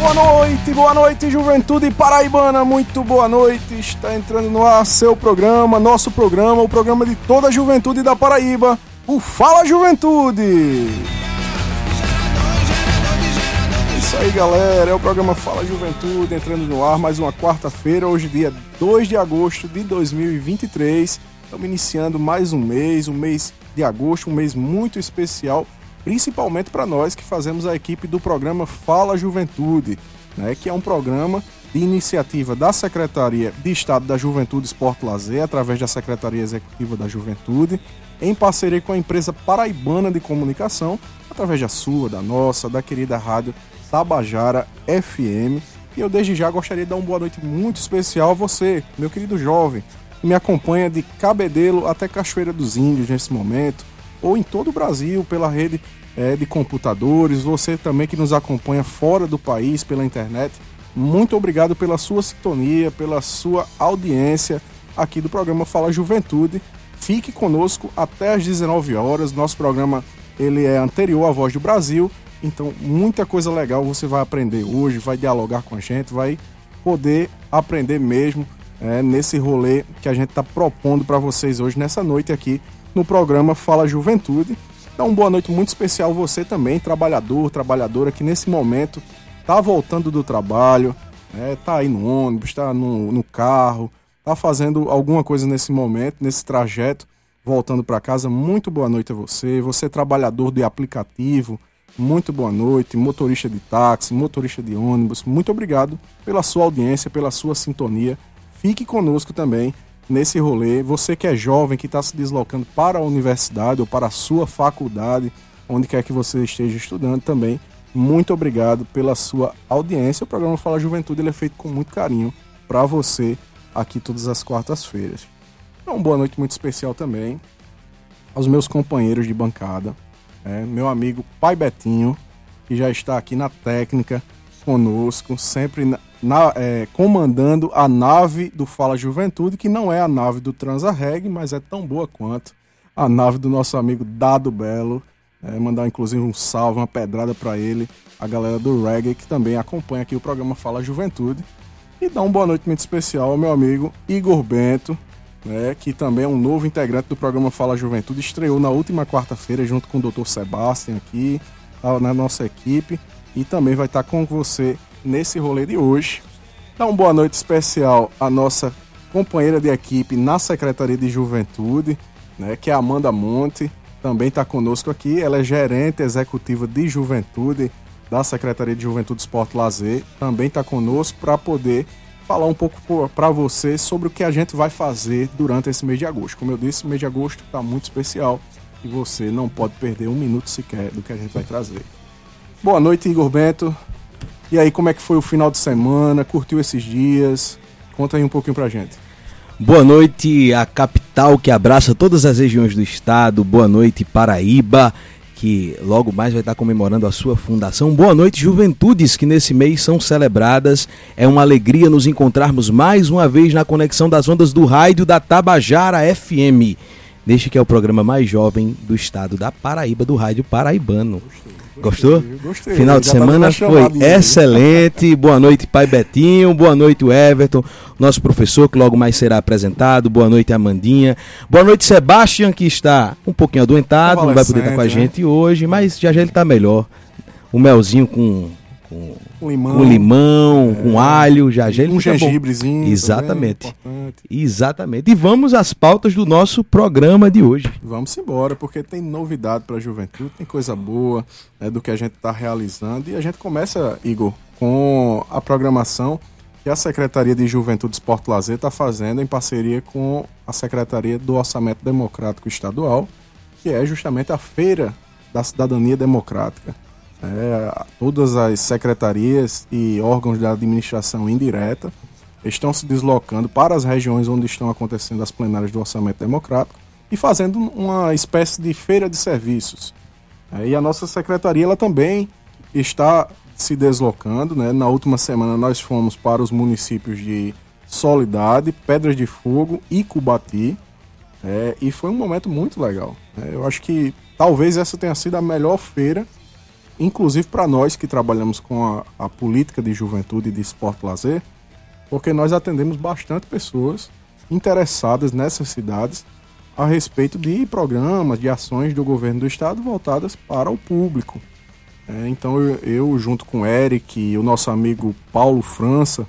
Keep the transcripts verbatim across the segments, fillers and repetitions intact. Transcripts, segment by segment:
boa noite, boa noite, juventude paraibana, muito boa noite. Está entrando no ar seu programa, nosso programa, o programa de toda a juventude da Paraíba, o Fala Juventude. Isso aí, galera, é o programa Fala Juventude, entrando no ar mais uma quarta-feira, hoje dia dois de agosto de dois mil e vinte e três. Estamos iniciando mais um mês, um mês de agosto, um mês muito especial, principalmente para nós que fazemos a equipe do programa Fala Juventude, né, que é um programa de iniciativa da Secretaria de Estado da Juventude, Esporte e Lazer, através da Secretaria Executiva da Juventude, em parceria com a empresa paraibana de comunicação, através da sua, da nossa, da querida rádio Tabajara F M. E eu desde já gostaria de dar uma boa noite muito especial a você, meu querido jovem, que me acompanha de Cabedelo até Cachoeira dos Índios nesse momento, ou em todo o Brasil, pela rede é, de computadores, você também que nos acompanha fora do país, pela internet. Muito obrigado pela sua sintonia, pela sua audiência aqui do programa Fala Juventude. Fique conosco até às dezenove horas, nosso programa ele é anterior à Voz do Brasil, então muita coisa legal você vai aprender hoje, vai dialogar com a gente, vai poder aprender mesmo é, nesse rolê que a gente está propondo para vocês hoje, nessa noite aqui, no programa Fala Juventude. Então, uma boa noite muito especial você também, trabalhador, trabalhadora, que nesse momento tá voltando do trabalho, né, tá aí no ônibus, tá no, no carro, tá fazendo alguma coisa nesse momento, nesse trajeto, voltando para casa. Muito boa noite a você. Você, trabalhador de aplicativo, muito boa noite. Motorista de táxi, motorista de ônibus, muito obrigado pela sua audiência, pela sua sintonia. Fique conosco também nesse rolê. Você que é jovem, que está se deslocando para a universidade ou para a sua faculdade, onde quer que você esteja estudando também, muito obrigado pela sua audiência. O programa Fala Juventude ele é feito com muito carinho para você aqui todas as quartas-feiras. Então, uma boa noite muito especial também aos meus companheiros de bancada, é, meu amigo Pai Betinho, que já está aqui na técnica conosco, sempre na Na, é, comandando a nave do Fala Juventude, que não é a nave do Transarreg, mas é tão boa quanto a nave do nosso amigo Dado Belo. É, mandar inclusive um salve, uma pedrada para ele, a galera do reggae que também acompanha aqui o programa Fala Juventude. E dar uma boa noite muito especial ao meu amigo Igor Bento, né, que também é um novo integrante do programa Fala Juventude, estreou na última quarta-feira junto com o doutor Sebastião aqui, tá, na nossa equipe, e também vai estar com você nesse rolê de hoje. Dá uma boa noite especial à nossa companheira de equipe na Secretaria de Juventude, né, que é a Amanda Monte, também está conosco aqui. Ela é gerente executiva de Juventude da Secretaria de Juventude, Esporte e Lazer, também está conosco para poder falar um pouco para você sobre o que a gente vai fazer durante esse mês de agosto. Como eu disse, o mês de agosto está muito especial e você não pode perder um minuto sequer do que a gente vai trazer. Boa noite, Igor Bento. E aí, como é que foi o final de semana? Curtiu esses dias? Conta aí um pouquinho pra gente. Boa noite, a capital que abraça todas as regiões do estado. Boa noite, Paraíba, que logo mais vai estar comemorando a sua fundação. Boa noite, juventudes que nesse mês são celebradas. É uma alegria nos encontrarmos mais uma vez na conexão das ondas do rádio da Tabajara F M. Neste que é o programa mais jovem do estado da Paraíba, do rádio paraibano. Gostou? Gostei. Final de semana foi excelente. Boa noite, Pai Betinho. Boa noite, o Everton, nosso professor, que logo mais será apresentado. Boa noite, Amandinha. Boa noite, Sebastião, que está um pouquinho adoentado, não vai poder estar com a né? gente hoje, mas já já ele está melhor. O melzinho com, com, com limão, com, limão, é, com alho, já já ele um fica gengibrezinho. Bom. Exatamente. Exatamente. E vamos às pautas do nosso programa de hoje. Vamos embora, porque tem novidade para a juventude, tem coisa boa, né, do que a gente está realizando. E a gente começa, Igor, com a programação que a Secretaria de Juventude, Esporte e Lazer está fazendo em parceria com a Secretaria do Orçamento Democrático Estadual, que é justamente a Feira da Cidadania Democrática. É, todas as secretarias e órgãos da administração indireta estão se deslocando para as regiões onde estão acontecendo as plenárias do Orçamento Democrático e fazendo uma espécie de feira de serviços. É, e a nossa secretaria ela também está se deslocando, né? Na última semana nós fomos para os municípios de Soledade, Pedras de Fogo e Cubati, é, e foi um momento muito legal. É, eu acho que talvez essa tenha sido a melhor feira inclusive para nós que trabalhamos com a, a política de juventude e de esporte e lazer, porque nós atendemos bastante pessoas interessadas nessas cidades a respeito de programas, de ações do governo do estado voltadas para o público. É, então eu, eu, junto com o Eric e o nosso amigo Paulo França,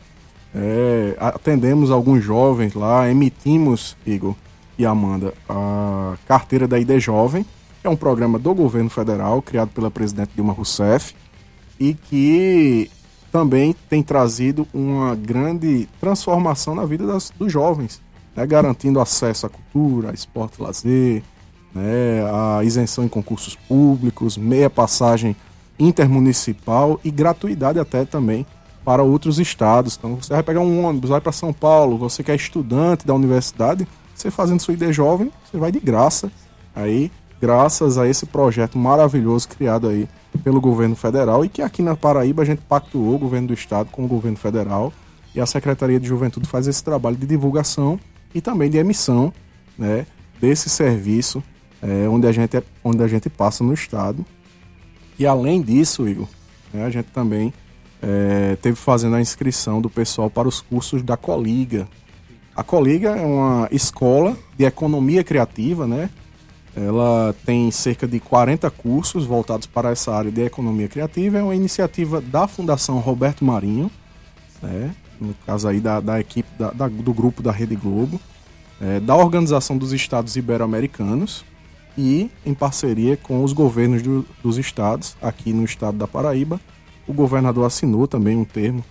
é, atendemos alguns jovens lá, emitimos, Igor e Amanda, a carteira da I D Jovem, que é um programa do governo federal, criado pela presidente Dilma Rousseff, e que também tem trazido uma grande transformação na vida das, dos jovens, né, garantindo acesso à cultura, a esporte e lazer, né, a isenção em concursos públicos, meia passagem intermunicipal e gratuidade até também para outros estados. Então você vai pegar um ônibus, vai para São Paulo, você que é estudante da universidade, você fazendo sua I D Jovem, você vai de graça, aí, graças a esse projeto maravilhoso criado aí pelo governo federal e que aqui na Paraíba a gente pactuou, o governo do estado com o governo federal, e a Secretaria de Juventude faz esse trabalho de divulgação e também de emissão, né, desse serviço é, onde, a gente é, onde a gente passa no estado. E além disso, Igor, né, a gente também é, teve fazendo a inscrição do pessoal para os cursos da Coliga. A Coliga é uma escola de economia criativa, né? Ela tem cerca de quarenta cursos voltados para essa área de economia criativa. É uma iniciativa da Fundação Roberto Marinho, né? No caso aí da, da equipe da, da, do grupo da Rede Globo, é, da Organização dos Estados Ibero-Americanos e em parceria com os governos do, dos estados, aqui no estado da Paraíba. O governador assinou também um termo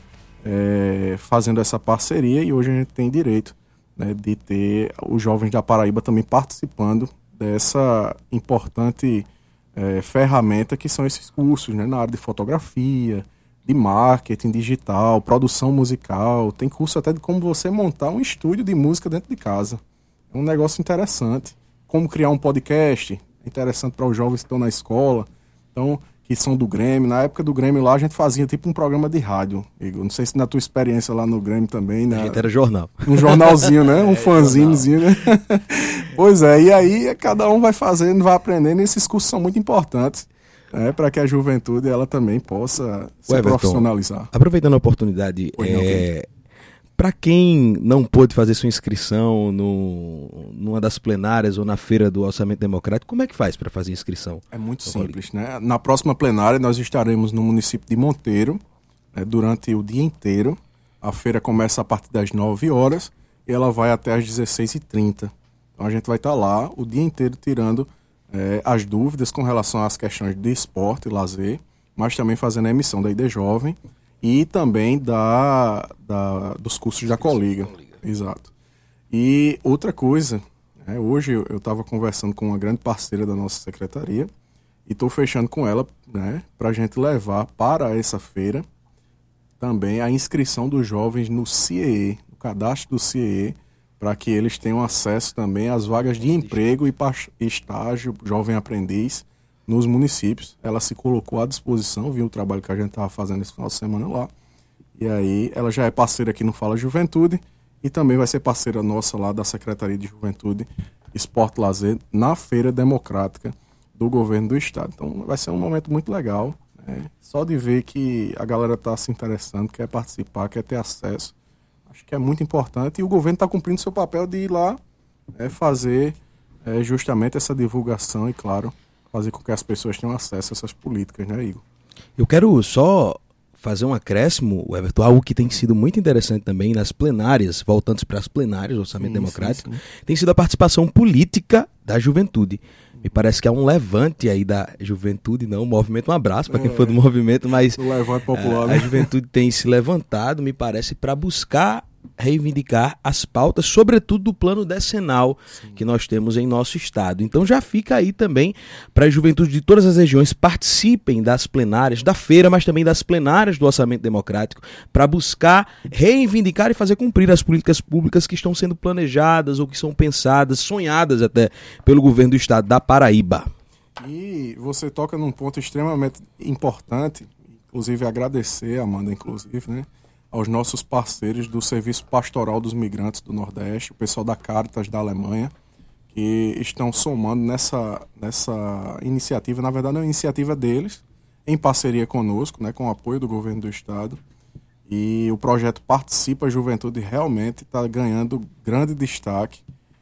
é, fazendo essa parceria e hoje a gente tem direito, né, de ter os jovens da Paraíba também participando dessa importante é, ferramenta que são esses cursos, né, na área de fotografia, de marketing digital, produção musical. Tem curso até de como você montar um estúdio de música dentro de casa. É um negócio interessante. Como criar um podcast, é interessante para os jovens que estão na escola, então, que são do Grêmio. Na época do Grêmio lá, a gente fazia tipo um programa de rádio, Igor. Não sei se na tua experiência lá no Grêmio também, né? A gente era jornal. Um jornalzinho, né? Um é, fanzinezinho, né? Pois é, e aí cada um vai fazendo, vai aprendendo, e esses cursos são muito importantes, né, para que a juventude ela também possa se Everton, profissionalizar. Aproveitando a oportunidade, é, para quem não pôde fazer sua inscrição no, numa das plenárias ou na feira do Orçamento Democrático, como é que faz para fazer inscrição? É muito simples, né? Na próxima plenária nós estaremos no município de Monteiro, né, durante o dia inteiro. A feira começa a partir das nove horas e ela vai até às dezesseis e trinta. Então a gente vai estar lá o dia inteiro tirando é, as dúvidas com relação às questões de esporte e lazer, mas também fazendo a emissão da I D Jovem e também da, da, dos cursos da Coliga. Exato. E outra coisa, né, hoje eu estava conversando com uma grande parceira da nossa secretaria e estou fechando com ela, né, para a gente levar para essa feira também a inscrição dos jovens no C I E, no cadastro do C I E, para que eles tenham acesso também às vagas de emprego e estágio, jovem aprendiz, nos municípios. Ela se colocou à disposição, viu o trabalho que a gente estava fazendo esse final de semana lá. E aí ela já é parceira aqui no Fala Juventude e também vai ser parceira nossa lá da Secretaria de Juventude, Esporte e Lazer, na Feira Democrática do Governo do Estado. Então vai ser um momento muito legal, né? Só de ver que a galera está se interessando, quer participar, quer ter acesso. Acho que é muito importante e o governo está cumprindo seu papel de ir lá é, fazer é, justamente essa divulgação e, claro, fazer com que as pessoas tenham acesso a essas políticas, né, Igor? Eu quero só fazer um acréscimo, Everton, algo que tem sido muito interessante também nas plenárias, voltando para as plenárias do Orçamento sim, Democrático, sim, sim. tem sido a participação política da juventude. Me parece que há um levante aí da juventude, não, um movimento, um abraço para quem é, for do movimento, mas o levante popular, a, né? a juventude tem se levantado, me parece, para buscar reivindicar as pautas, sobretudo do plano decenal sim. que nós temos em nosso estado. Então já fica aí também para a juventude de todas as regiões participem das plenárias, da feira, mas também das plenárias do Orçamento Democrático, para buscar reivindicar e fazer cumprir as políticas públicas que estão sendo planejadas ou que são pensadas, sonhadas até pelo governo do estado da Paraíba. E você toca num ponto extremamente importante, inclusive agradecer, Amanda, inclusive, né, aos nossos parceiros do Serviço Pastoral dos Migrantes do Nordeste, o pessoal da Caritas da Alemanha, que estão somando nessa, nessa iniciativa. Na verdade, é uma iniciativa deles, em parceria conosco, né, com o apoio do governo do estado. E o projeto Participa Juventude realmente está ganhando grande destaque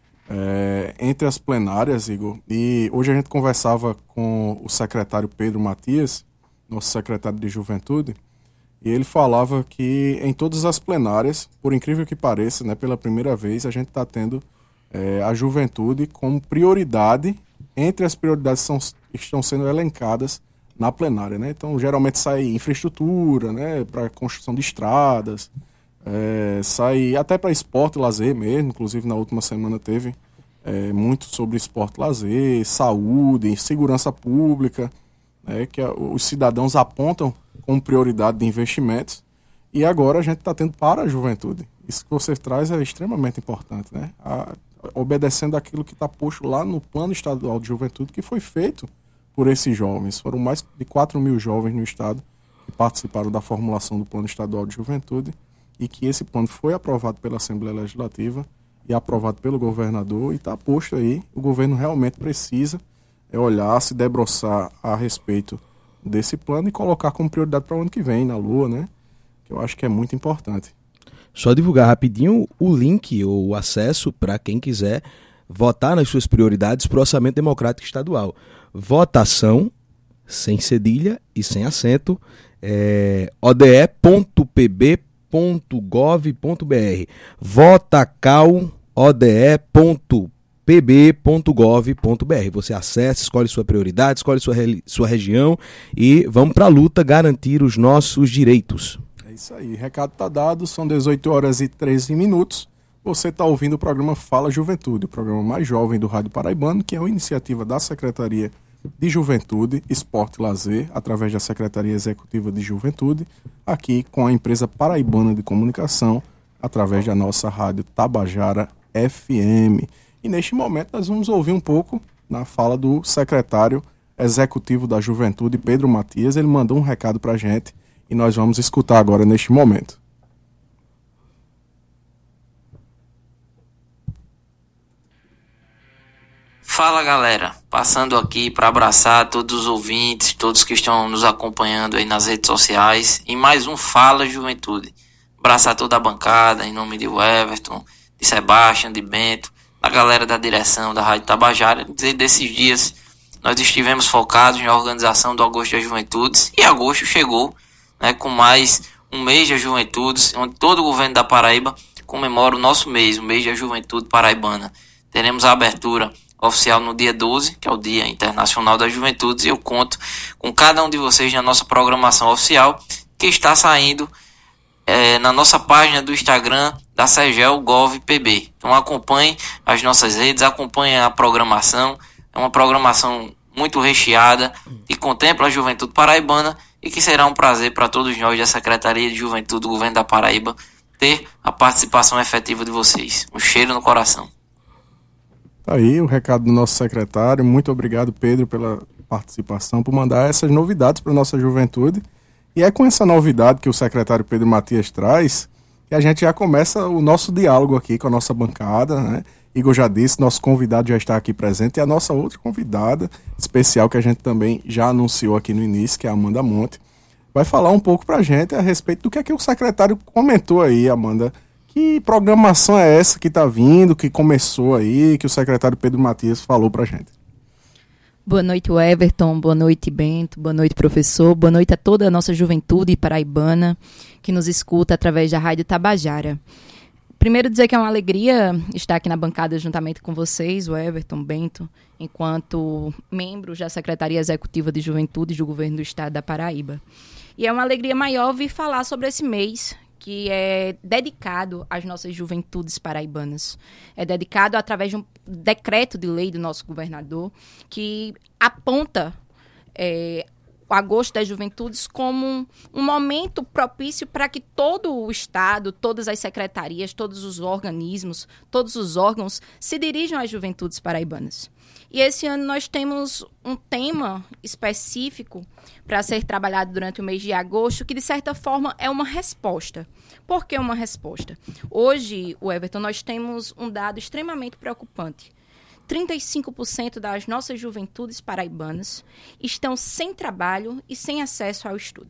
é, entre as plenárias, Igor. E hoje a gente conversava com o secretário Pedro Matias, nosso secretário de Juventude, e ele falava que em todas as plenárias, por incrível que pareça, né, pela primeira vez, a gente está tendo é, a juventude como prioridade entre as prioridades que são, estão sendo elencadas na plenária, né? Então, geralmente sai infraestrutura, né, para construção de estradas, é, sai até para esporte e lazer mesmo. Inclusive, na última semana teve é, muito sobre esporte e lazer, saúde, segurança pública, né, que a, os cidadãos apontam como prioridade de investimentos. E agora a gente está tendo para a juventude. Isso que você traz é extremamente importante, né? A, obedecendo aquilo que está posto lá no Plano Estadual de Juventude, que foi feito por esses jovens. Foram mais de quatro mil jovens no estado que participaram da formulação do Plano Estadual de Juventude e que esse plano foi aprovado pela Assembleia Legislativa e aprovado pelo governador e está posto aí. O governo realmente precisa é, olhar, se debruçar a respeito desse plano e colocar como prioridade para o ano que vem, na Lua, né? Que eu acho que é muito importante. Só divulgar rapidinho o link ou o acesso para quem quiser votar nas suas prioridades para o Orçamento Democrático Estadual. Votação, sem cedilha e sem acento, é, o d e ponto p b ponto gov ponto b r. Votacal, o d e ponto p b ponto gov ponto b r. Você acessa, escolhe sua prioridade, escolhe sua, sua região e vamos para a luta garantir os nossos direitos. É isso aí, recado está dado, são dezoito horas e treze minutos. Você está ouvindo o programa Fala Juventude, o programa mais jovem do Rádio Paraibano, que é uma iniciativa da Secretaria de Juventude, Esporte e Lazer, através da Secretaria Executiva de Juventude, aqui com a empresa paraibana de comunicação, através da nossa rádio Tabajara F M. E neste momento nós vamos ouvir um pouco na fala do secretário executivo da Juventude, Pedro Matias. Ele mandou um recado para a gente e nós vamos escutar agora neste momento. Fala galera, passando aqui para abraçar todos os ouvintes, todos que estão nos acompanhando aí nas redes sociais, em mais um Fala Juventude. Abraçar toda a bancada, em nome de Everton, de Sebastião, de Bento, da galera da direção da Rádio Tabajara. Dizer desses dias nós estivemos focados na organização do Agosto das Juventudes e agosto chegou, né, com mais um mês das Juventudes, onde todo o governo da Paraíba comemora o nosso mês, o mês da Juventude Paraibana. Teremos a abertura oficial no dia doze, que é o Dia Internacional das Juventudes, e eu conto com cada um de vocês na nossa programação oficial, que está saindo é, na nossa página do Instagram da Segel Gov P B. Então acompanhe as nossas redes, acompanhe a programação. É uma programação muito recheada que contempla a juventude paraibana e que será um prazer para todos nós da Secretaria de Juventude do Governo da Paraíba ter a participação efetiva de vocês. Um cheiro no coração. Tá aí o recado do nosso secretário. Muito obrigado, Pedro, pela participação, por mandar essas novidades para a nossa juventude. E é com essa novidade que o secretário Pedro Matias traz que a gente já começa o nosso diálogo aqui com a nossa bancada, né? Igor já disse, nosso convidado já está aqui presente, e a nossa outra convidada especial que a gente também já anunciou aqui no início, que é a Amanda Monte, vai falar um pouco para a gente a respeito do que é que o secretário comentou aí, Amanda. Que programação é essa que está vindo, que começou aí, que o secretário Pedro Matias falou para a gente? Boa noite, Everton. Boa noite, Bento. Boa noite, professor. Boa noite a toda a nossa juventude paraibana que nos escuta através da Rádio Tabajara. Primeiro dizer que é uma alegria estar aqui na bancada juntamente com vocês, o Everton, Bento, enquanto membros da Secretaria Executiva de Juventude do Governo do Estado da Paraíba. E é uma alegria maior vir falar sobre esse mês que é dedicado às nossas juventudes paraibanas. É dedicado através de um decreto de lei do nosso governador que aponta é, o Agosto das Juventudes como um, um momento propício para que todo o Estado, todas as secretarias, todos os organismos, todos os órgãos se dirijam às juventudes paraibanas. E esse ano nós temos um tema específico para ser trabalhado durante o mês de agosto, que de certa forma é uma resposta. Por que uma resposta? Hoje, o Everton, nós temos um dado extremamente preocupante. trinta e cinco por cento das nossas juventudes paraibanas estão sem trabalho e sem acesso ao estudo.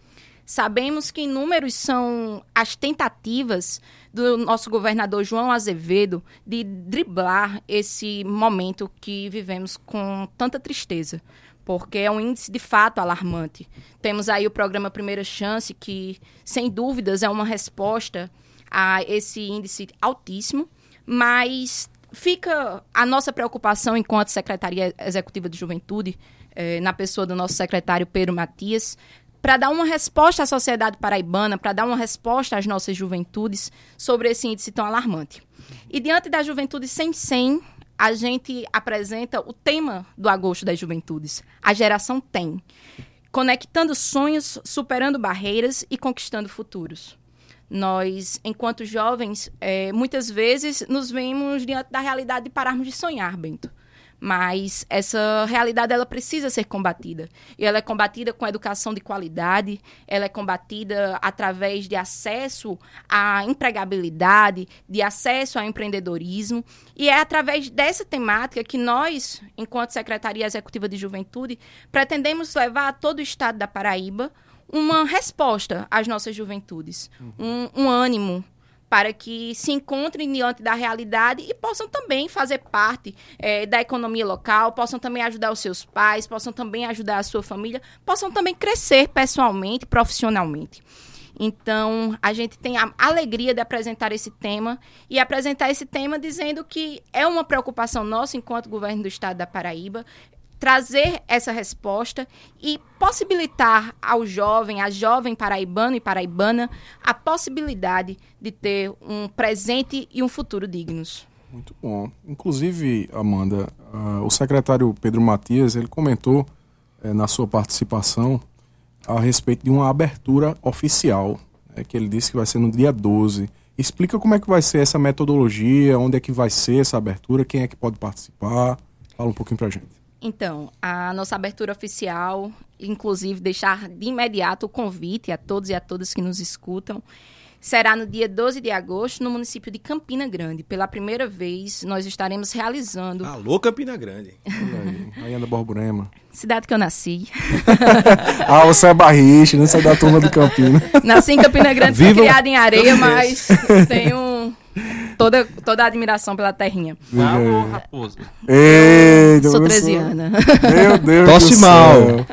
Sabemos que inúmeros são as tentativas do nosso governador João Azevedo de driblar esse momento que vivemos com tanta tristeza, porque é um índice de fato alarmante. Temos aí o programa Primeira Chance, que, sem dúvidas, é uma resposta a esse índice altíssimo, mas fica a nossa preocupação enquanto Secretaria Executiva de Juventude, eh, na pessoa do nosso secretário Pedro Matias, para dar uma resposta à sociedade paraibana, para dar uma resposta às nossas juventudes sobre esse índice tão alarmante. E diante da Juventude Sem cem, a gente apresenta o tema do Agosto das Juventudes, a geração tem, conectando sonhos, superando barreiras e conquistando futuros. Nós, enquanto jovens, é, muitas vezes nos vemos diante da realidade de pararmos de sonhar, Bento. Mas essa realidade ela precisa ser combatida. E ela é combatida com educação de qualidade, ela é combatida através de acesso à empregabilidade, de acesso ao empreendedorismo. E é através dessa temática que nós, enquanto Secretaria Executiva de Juventude, pretendemos levar a todo o estado da Paraíba uma resposta às nossas juventudes, um, um ânimo, para que se encontrem diante da realidade e possam também fazer parte é, da economia local, possam também ajudar os seus pais, possam também ajudar a sua família, possam também crescer pessoalmente, profissionalmente. Então, a gente tem a alegria de apresentar esse tema e apresentar esse tema dizendo que é uma preocupação nossa enquanto governo do estado da Paraíba, trazer essa resposta e possibilitar ao jovem, à jovem paraibano e paraibana, a possibilidade de ter um presente e um futuro dignos. Muito bom. Inclusive, Amanda, uh, o secretário Pedro Matias, ele comentou uh, na sua participação a respeito de uma abertura oficial, né, que ele disse que vai ser no dia doze. Explica como é que vai ser essa metodologia, onde é que vai ser essa abertura, quem é que pode participar. Fala um pouquinho pra gente. Então, a nossa abertura oficial, inclusive deixar de imediato o convite a todos e a todas que nos escutam, será no dia doze de agosto, no município de Campina Grande. Pela primeira vez, nós estaremos realizando... Alô, Campina Grande. Aí, aí anda Borborema. Cidade que eu nasci. Ah, você é barriche, não sai da turma do Campina. Nasci em Campina Grande, fui Viva criada em Areia, mas tenho toda, toda a admiração pela terrinha. Alô, Raposo. Ei, Sou Deus tresiana. Meu Deus Tosse do mal. céu.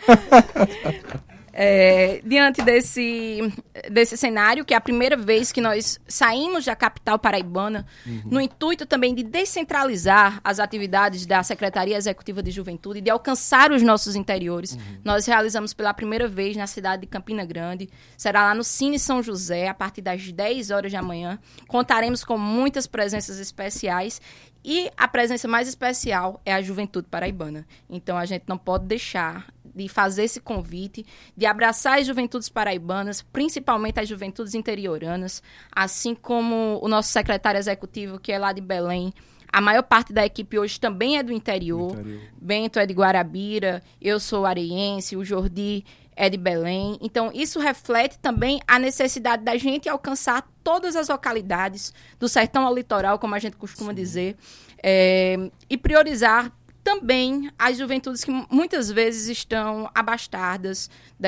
É, diante desse, desse cenário, que é a primeira vez que nós saímos da capital paraibana, uhum. no intuito também de descentralizar as atividades da Secretaria Executiva de Juventude e de alcançar os nossos interiores, uhum. nós realizamos pela primeira vez na cidade de Campina Grande, será lá no Cine São José, a partir das dez horas da manhã. Contaremos com muitas presenças especiais e a presença mais especial é a juventude paraibana. Então, a gente não pode deixar de fazer esse convite, de abraçar as juventudes paraibanas, principalmente as juventudes interioranas, assim como o nosso secretário executivo, que é lá de Belém. A maior parte da equipe hoje também é do interior. interior. Bento é de Guarabira, eu sou areiense, o Jordi é de Belém. Então, isso reflete também a necessidade da gente alcançar todas as localidades, do sertão ao litoral, como a gente costuma Sim. dizer, é, e priorizar também as juventudes que muitas vezes estão abastadas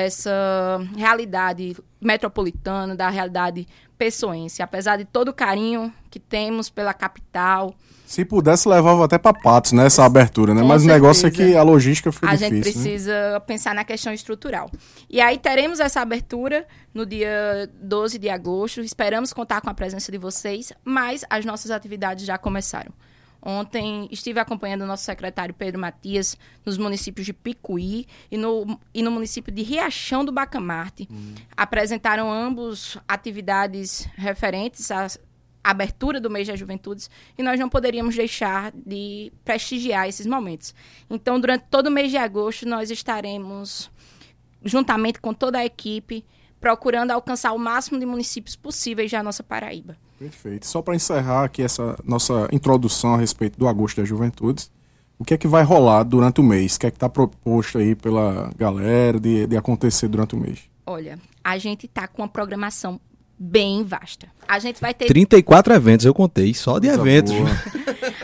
dessa realidade metropolitana, da realidade pessoense. Apesar de todo o carinho que temos pela capital. Se pudesse, levava até para Patos, né, essa abertura, né? Mas certeza. O negócio é que a logística foi a difícil. A gente precisa né? pensar na questão estrutural. E aí teremos essa abertura no dia doze de agosto. Esperamos contar com a presença de vocês, mas as nossas atividades já começaram. Ontem estive acompanhando o nosso secretário Pedro Matias nos municípios de Picuí e no, e no município de Riachão do Bacamarte. Hum. Apresentaram ambos atividades referentes à abertura do mês das juventudes e nós não poderíamos deixar de prestigiar esses momentos. Então, durante todo o mês de agosto, nós estaremos, juntamente com toda a equipe, procurando alcançar o máximo de municípios possíveis da nossa Paraíba. Perfeito. Só para encerrar aqui essa nossa introdução a respeito do Agosto das Juventudes, o que é que vai rolar durante o mês? O que é que está proposto aí pela galera de, de acontecer durante o mês? Olha, a gente está com uma programação bem vasta. A gente vai ter... trinta e quatro eventos, eu contei, só de Coisa eventos.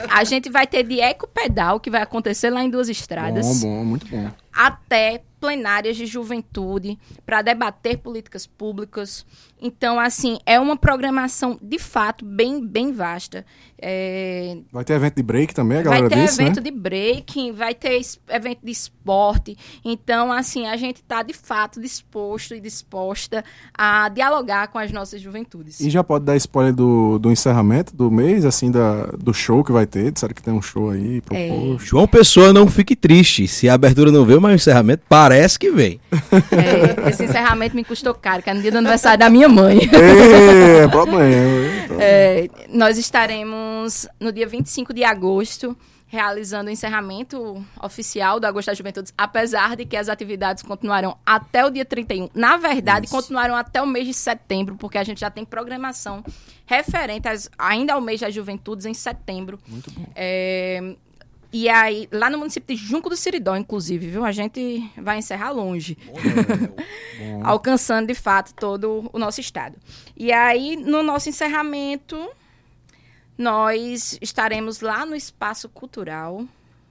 A gente vai ter de ecopedal, que vai acontecer lá em Duas Estradas. Bom, bom, muito bom. Até plenárias de juventude para debater políticas públicas. Então, assim, é uma programação, de fato, bem, bem vasta. É... Vai ter evento de break também, a galera disse, né? Vai ter evento né? de breaking, vai ter es- evento de esporte. Então, assim, a gente está, de fato, disposto e disposta a dialogar com as nossas juventudes. E já pode dar spoiler do, do encerramento do mês, assim, da, do show que vai ter? Disseram que tem um show aí proposto. É. João Pessoa, não fique triste. Se a abertura não veio, mas o encerramento parece que vem. É, esse encerramento me custou caro, que é no dia do aniversário da minha mãe. É, problema. É, nós estaremos no dia vinte e cinco de agosto realizando o encerramento oficial do Agosto das Juventudes, apesar de que as atividades continuarão até o dia trinta e um. Na verdade, Isso. continuarão até o mês de setembro, porque a gente já tem programação referente às, ainda ao mês das Juventudes em setembro. Muito bom. É, e aí, lá no município de Junco do Siridó, inclusive, viu? A gente vai encerrar longe. Bom, alcançando, de fato, todo o nosso estado. E aí, no nosso encerramento, nós estaremos lá no Espaço Cultural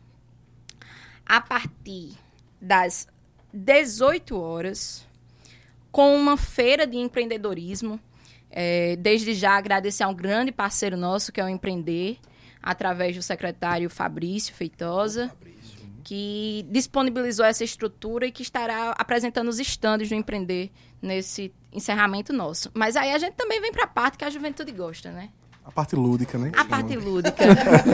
a partir das dezoito horas, com uma feira de empreendedorismo. É, desde já, agradecer a um grande parceiro nosso, que é o Empreender, através do secretário Fabrício Feitosa, Fabrício. que disponibilizou essa estrutura e que estará apresentando os estandes do Empreender nesse encerramento nosso. Mas aí a gente também vem para a parte que a juventude gosta, né? A parte lúdica, né? A parte lúdica.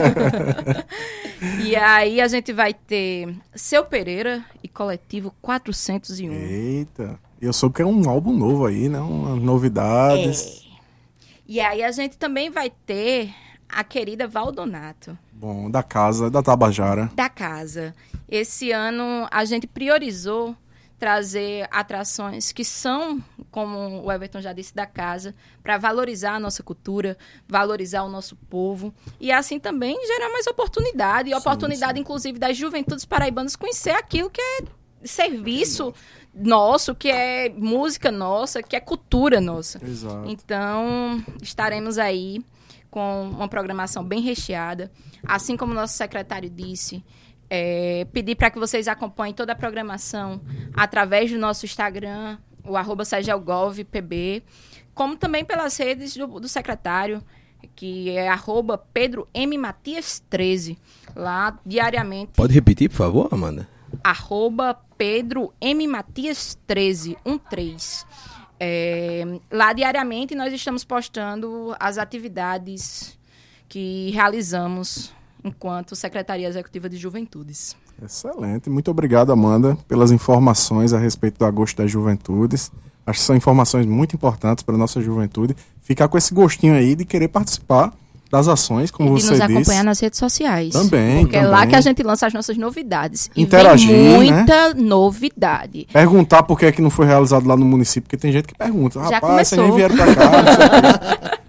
E aí a gente vai ter Seu Pereira e Coletivo quatrocentos e um. Eita! Eu soube que é um álbum novo aí, né? Umas novidades. É. E aí a gente também vai ter a querida Valdonato. Bom, da casa, da Tabajara. Da casa. Esse ano a gente priorizou trazer atrações que são, como o Everton já disse, da casa, para valorizar a nossa cultura, valorizar o nosso povo e assim também gerar mais oportunidade, e sim, oportunidade sim. inclusive das juventudes paraibanas conhecer aquilo que é serviço nosso, que é música nossa, que é cultura nossa. Exato. Então, estaremos aí com uma programação bem recheada. Assim como o nosso secretário disse, é, pedir para que vocês acompanhem toda a programação através do nosso Instagram, o arroba segelgovpb, como também pelas redes do, do secretário, que é arroba Pedro M. Matias treze, lá diariamente. Pode repetir, por favor, Amanda? Arroba Pedro M. Matias treze, um três. É, lá diariamente nós estamos postando as atividades que realizamos enquanto Secretaria Executiva de Juventudes. Excelente. Muito obrigado, Amanda, pelas informações a respeito do Agosto das Juventudes. Acho que são informações muito importantes para a nossa juventude. Ficar com esse gostinho aí de querer participar das ações, como você disse. E nos acompanhar nas redes sociais. Também, Porque também. é lá que a gente lança as nossas novidades. E interagir, vem muita né? novidade. Perguntar por que é que não foi realizado lá no município, porque tem gente que pergunta. Já rapaz, começou. vocês nem vieram pra cá. Não sei o quê.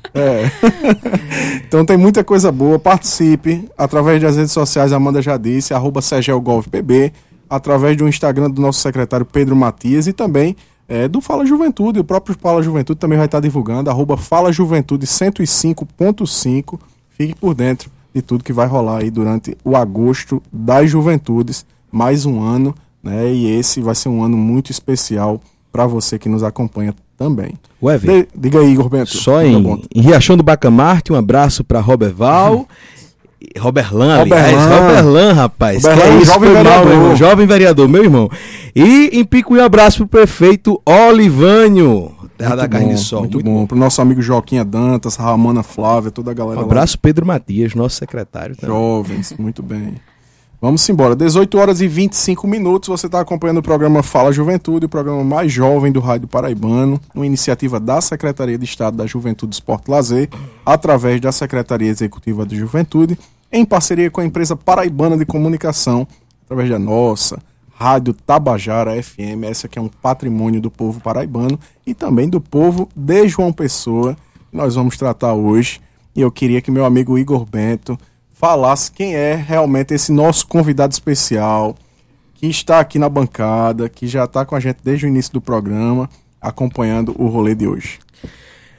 É. Então tem muita coisa boa. Participe através das redes sociais, a Amanda já disse, arroba segelgovpb, através do Instagram do nosso secretário Pedro Matias e também É, do Fala Juventude, o próprio Fala Juventude também vai estar divulgando, arroba Fala Juventude cento e cinco ponto cinco. Fique por dentro de tudo que vai rolar aí durante o Agosto das Juventudes, mais um ano, né? E esse vai ser um ano muito especial para você que nos acompanha também. Ué, de, diga aí, Igor Bento. Só em, em Riachão do Bacamarte, um abraço para Roberval. Roberlan, aliás, Roberlan, rapaz. Roberlan, que é isso, jovem foi vereador. mal, meu irmão, jovem vereador, meu irmão. E em Picuí, um abraço pro prefeito Olivânio, terra muito da carne bom, de sol. Muito, muito bom. bom. Pro nosso amigo Joquinha Dantas, Ramana Flávia, toda a galera Um lá. abraço Pedro Matias, nosso secretário também. Jovens, muito bem. Vamos embora. dezoito horas e vinte e cinco minutos. Você está acompanhando o programa Fala Juventude, o programa mais jovem do Rádio Paraibano, uma iniciativa da Secretaria de Estado da Juventude, Esporte e Lazer, através da Secretaria Executiva de Juventude, em parceria com a empresa Paraibana de Comunicação, através da nossa Rádio Tabajara F M, essa que é um patrimônio do povo paraibano e também do povo de João Pessoa, que nós vamos tratar hoje. E eu queria que meu amigo Igor Bento falasse quem é realmente esse nosso convidado especial, que está aqui na bancada, que já está com a gente desde o início do programa, acompanhando o rolê de hoje.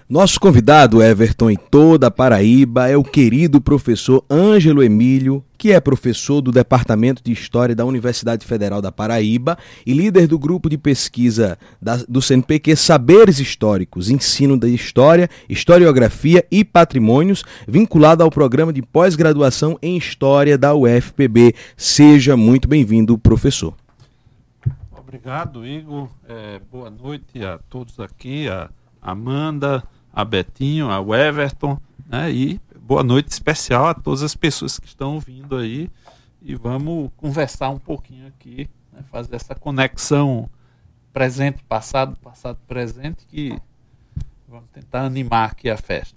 Nosso convidado, Everton, em toda a Paraíba, é o querido professor Ângelo Emílio, que é professor do Departamento de História da Universidade Federal da Paraíba e líder do grupo de pesquisa da, do C N P Q Saberes Históricos, Ensino da História, Historiografia e Patrimônios, vinculado ao programa de pós-graduação em História da U F P B. Seja muito bem-vindo, professor. Obrigado, Igor. É, boa noite a todos aqui, a Amanda, a Betinho, a Everton, né? E boa noite especial a todas as pessoas que estão vindo aí, e vamos conversar um pouquinho aqui, né? Fazer essa conexão presente-passado, passado-presente, que vamos tentar animar aqui a festa.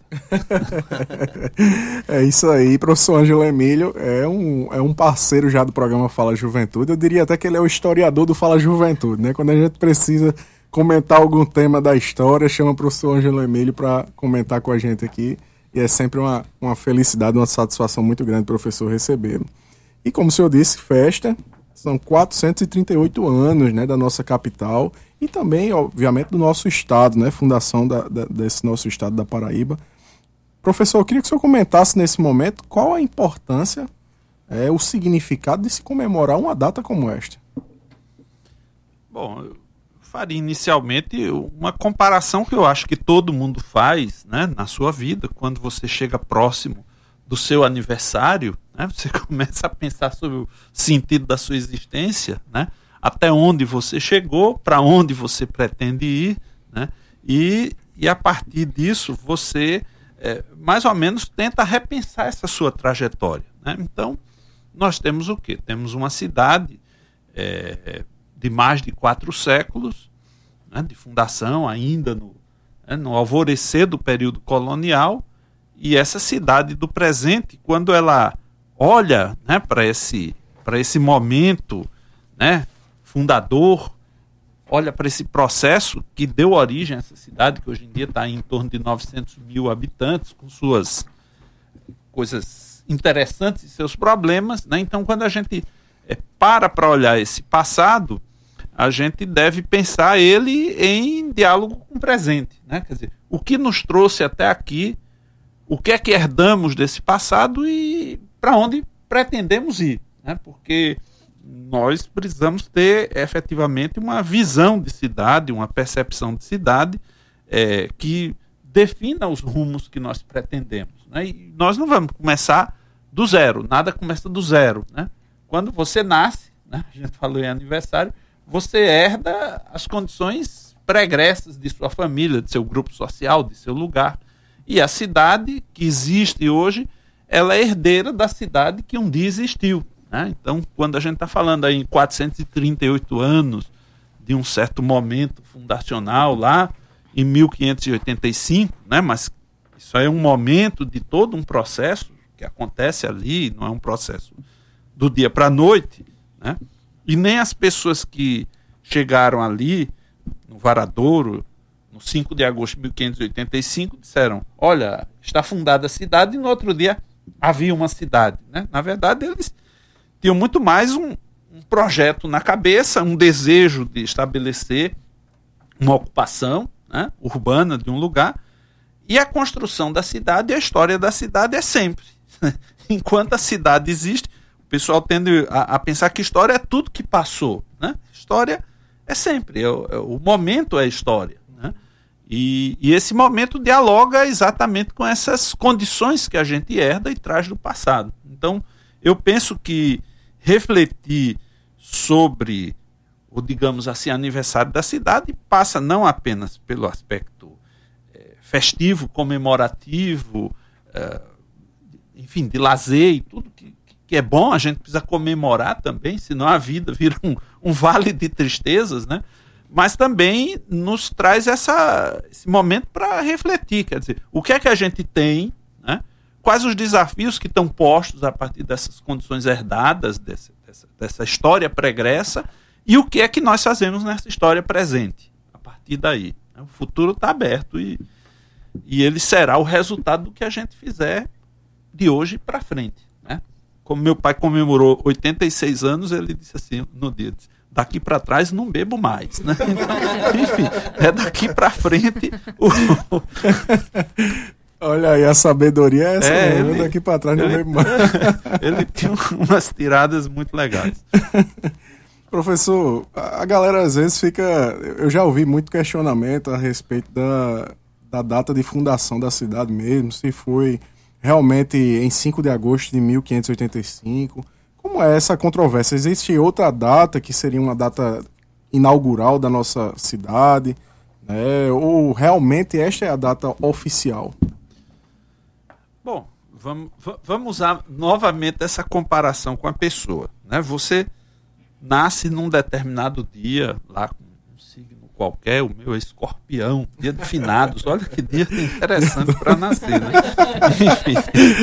É isso aí, professor Ângelo Emílio é um, é um parceiro já do programa Fala Juventude. Eu diria até que ele é o historiador do Fala Juventude, né? Quando a gente precisa comentar algum tema da história, chama o professor Ângelo Emílio para comentar com a gente aqui, e é sempre uma, uma felicidade, uma satisfação muito grande, professor, recebê-lo. E como o senhor disse, festa, são quatrocentos e trinta e oito anos, né, da nossa capital, e também, obviamente, do nosso estado, né, fundação da, da, desse nosso estado da Paraíba. Professor, eu queria que o senhor comentasse nesse momento qual a importância, é, o significado de se comemorar uma data como esta. Bom, eu faria inicialmente uma comparação que eu acho que todo mundo faz, né, na sua vida. Quando você chega próximo do seu aniversário, né, você começa a pensar sobre o sentido da sua existência, né, até onde você chegou, para onde você pretende ir, né, e, e a partir disso você é, mais ou menos tenta repensar essa sua trajetória, né? Então nós temos o quê? Temos uma cidade é, de mais de quatro séculos, né, de fundação ainda no, né, no alvorecer do período colonial, e essa cidade do presente, quando ela olha, né, para esse, para esse momento, né, fundador, olha para esse processo que deu origem a essa cidade, que hoje em dia está em torno de novecentos mil habitantes, com suas coisas interessantes e seus problemas, né? Então, quando a gente é, para para olhar esse passado, a gente deve pensar ele em diálogo com o presente, né? Quer dizer, o que nos trouxe até aqui, o que é que herdamos desse passado e para onde pretendemos ir, né? Porque nós precisamos ter efetivamente uma visão de cidade, uma percepção de cidade é, que defina os rumos que nós pretendemos, né? E nós não vamos começar do zero, nada começa do zero, né? Quando você nasce, né, a gente falou em aniversário, você herda as condições pregressas de sua família, de seu grupo social, de seu lugar. E a cidade que existe hoje, ela é herdeira da cidade que um dia existiu, né? Então, quando a gente está falando aí em quatrocentos e trinta e oito anos de um certo momento fundacional lá em mil quinhentos e oitenta e cinco, né? Mas isso é um momento de todo um processo que acontece ali, não é um processo do dia para a noite, né? E nem as pessoas que chegaram ali no Varadouro, no cinco de agosto de mil quinhentos e oitenta e cinco, disseram, olha, está fundada a cidade, e no outro dia havia uma cidade, né? Na verdade, eles tinham muito mais um, um projeto na cabeça, um desejo de estabelecer uma ocupação, né, urbana de um lugar, e a construção da cidade e a história da cidade é sempre. Enquanto a cidade existe, o pessoal tende a, a pensar que história é tudo que passou, né? História é sempre, é o, é, o momento é história, né? E, e esse momento dialoga exatamente com essas condições que a gente herda e traz do passado. Então, eu penso que refletir sobre o, digamos assim, aniversário da cidade passa não apenas pelo aspecto é, festivo, comemorativo, é, enfim, de lazer e tudo que, que é bom, a gente precisa comemorar também, senão a vida vira um, um vale de tristezas, né? Mas também nos traz essa, esse momento para refletir, quer dizer, o que é que a gente tem, né? Quais os desafios que estão postos a partir dessas condições herdadas, dessa, dessa, dessa história pregressa, e o que é que nós fazemos nessa história presente, a partir daí. O futuro está aberto e, e ele será o resultado do que a gente fizer de hoje para frente, né? Como meu pai comemorou oitenta e seis anos, ele disse assim no dia, disse, daqui para trás não bebo mais, né? Então, enfim, é daqui para frente. O... Olha aí, a sabedoria é essa, é, mesmo, ele, daqui para trás não ele, bebo mais. Ele tinha umas tiradas muito legais. Professor, a galera às vezes fica... Eu já ouvi muito questionamento a respeito da, da data de fundação da cidade mesmo, se foi realmente em cinco de agosto de mil quinhentos e oitenta e cinco. Como é essa controvérsia? Existe outra data que seria uma data inaugural da nossa cidade, né? Ou realmente esta é a data oficial? Bom, vamos, vamos usar novamente essa comparação com a pessoa, né? Você nasce num determinado dia, lá com um signo qualquer, o meu é escorpião, dia de finados, olha que dia interessante para nascer, né? Enfim.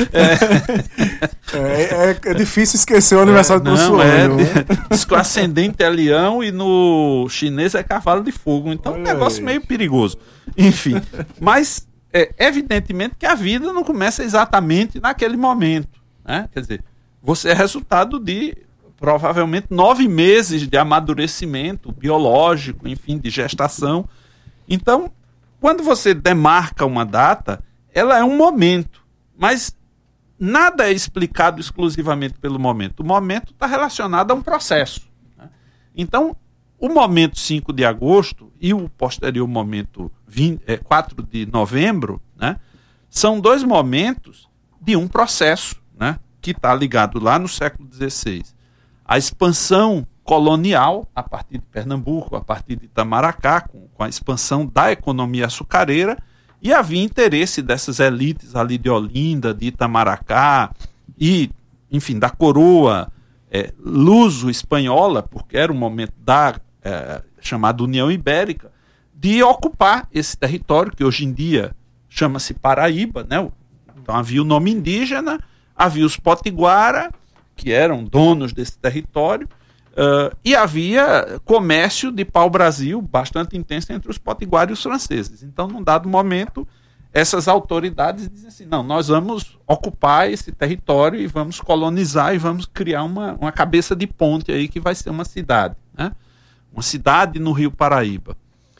É, é, é, é difícil esquecer o aniversário é, do não, senhor. É, né? Diz que o ascendente é leão e no chinês é cavalo de fogo, então é um negócio aí meio perigoso. Enfim, mas é, evidentemente que a vida não começa exatamente naquele momento, né? Quer dizer, você é resultado de provavelmente nove meses de amadurecimento biológico, enfim, de gestação. Então, quando você demarca uma data, ela é um momento, mas nada é explicado exclusivamente pelo momento. O momento está relacionado a um processo, né? Então, o momento cinco de agosto e o posterior momento vinte, é, quatro de novembro, né, são dois momentos de um processo, né, que está ligado lá no século dezesseis. A expansão colonial, a partir de Pernambuco, a partir de Itamaracá, com, com a expansão da economia açucareira, e havia interesse dessas elites ali de Olinda, de Itamaracá, e, enfim, da coroa é, luso-espanhola, porque era o momento da é, chamada União Ibérica, de ocupar esse território, que hoje em dia chama-se Paraíba, né? Então havia o nome indígena, havia os potiguara, que eram donos desse território, uh, e havia comércio de pau-brasil bastante intenso entre os potiguares e os franceses. Então, num dado momento, essas autoridades dizem assim, não, nós vamos ocupar esse território e vamos colonizar e vamos criar uma, uma cabeça de ponte aí que vai ser uma cidade, né? Uma cidade no Rio Paraíba.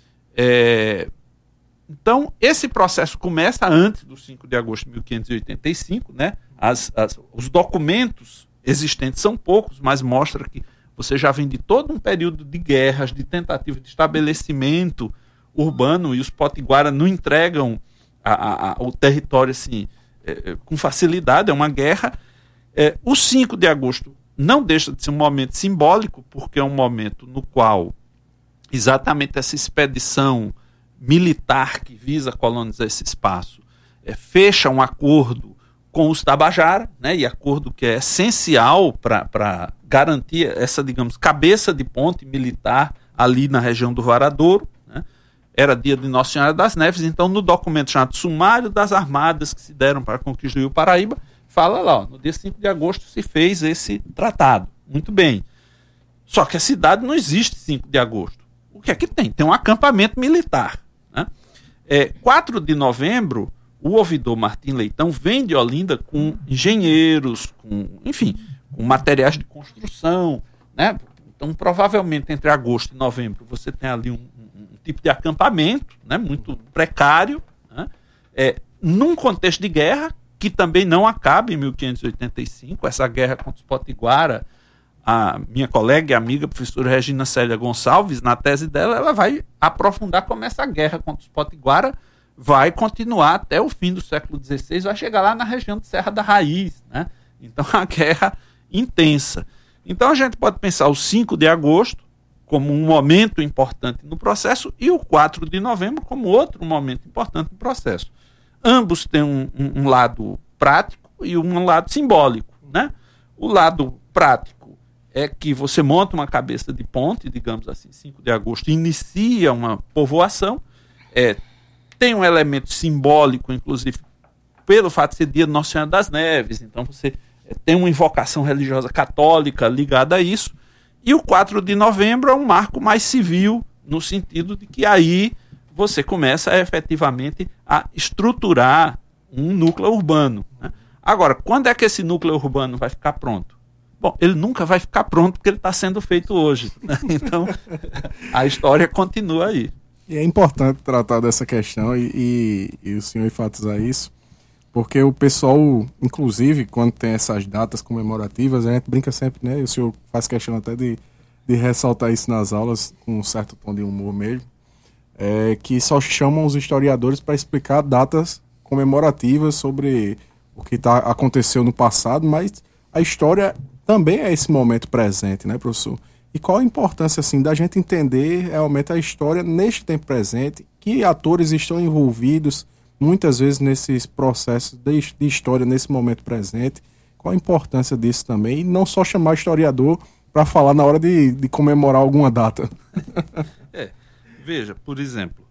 É... Então, esse processo começa antes do cinco de agosto de mil quinhentos e oitenta e cinco, né? As, as, os documentos existentes são poucos, mas mostra que você já vem de todo um período de guerras, de tentativa de estabelecimento urbano, e os potiguara não entregam a, a, a, o território assim, é, com facilidade, é uma guerra. É, o cinco de agosto não deixa de ser um momento simbólico, porque é um momento no qual exatamente essa expedição militar que visa colonizar esse espaço é, fecha um acordo com os Tabajara, né, e acordo que é essencial para garantir essa, digamos, cabeça de ponte militar ali na região do Varadouro, né? Era dia de Nossa Senhora das Neves, então no documento chamado Sumário das Armadas que se deram para conquistar o Rio Paraíba, fala lá, ó, no dia cinco de agosto se fez esse tratado. Muito bem. Só que a cidade não existe cinco de agosto. O que é que tem? Tem um acampamento militar, né? É, quatro de novembro, o ouvidor Martim Leitão vem de Olinda com engenheiros, com, enfim, com materiais de construção, né? Então, provavelmente, entre agosto e novembro, você tem ali um, um, um tipo de acampamento, né? Muito precário, né? É, num contexto de guerra, que também não acaba em mil quinhentos e oitenta e cinco, essa guerra contra os potiguara. A minha colega e amiga, a professora Regina Célia Gonçalves, na tese dela, ela vai aprofundar como essa guerra contra os potiguara vai continuar até o fim do século dezesseis, vai chegar lá na região de Serra da Raiz, né? Então, a guerra intensa. Então, a gente pode pensar o cinco de agosto como um momento importante no processo e o quatro de novembro como outro momento importante no processo. Ambos têm um, um, um lado prático e um lado simbólico, né? O lado prático é que você monta uma cabeça de ponte, digamos assim, cinco de agosto, inicia uma povoação, é, tem um elemento simbólico, inclusive, pelo fato de ser dia de Nossa Senhora das Neves, então você é, tem uma invocação religiosa católica ligada a isso, e o quatro de novembro é um marco mais civil, no sentido de que aí você começa a, efetivamente a estruturar um núcleo urbano, né? Agora, quando é que esse núcleo urbano vai ficar pronto? Bom, ele nunca vai ficar pronto porque ele está sendo feito hoje, né? Então, a história continua aí. E é importante tratar dessa questão e, e, e o senhor enfatizar isso, porque o pessoal, inclusive, quando tem essas datas comemorativas, a gente brinca sempre, né? E o senhor faz questão até de, de ressaltar isso nas aulas, com um certo tom de humor mesmo, é, que só chamam os historiadores para explicar datas comemorativas sobre o que tá, aconteceu no passado, mas a história também é esse momento presente, né, professor? E qual a importância, assim, da gente entender realmente a história neste tempo presente, que atores estão envolvidos muitas vezes nesses processos de, de história nesse momento presente? Qual a importância disso também? E não só chamar historiador para falar na hora de, de comemorar alguma data. É, veja, por exemplo,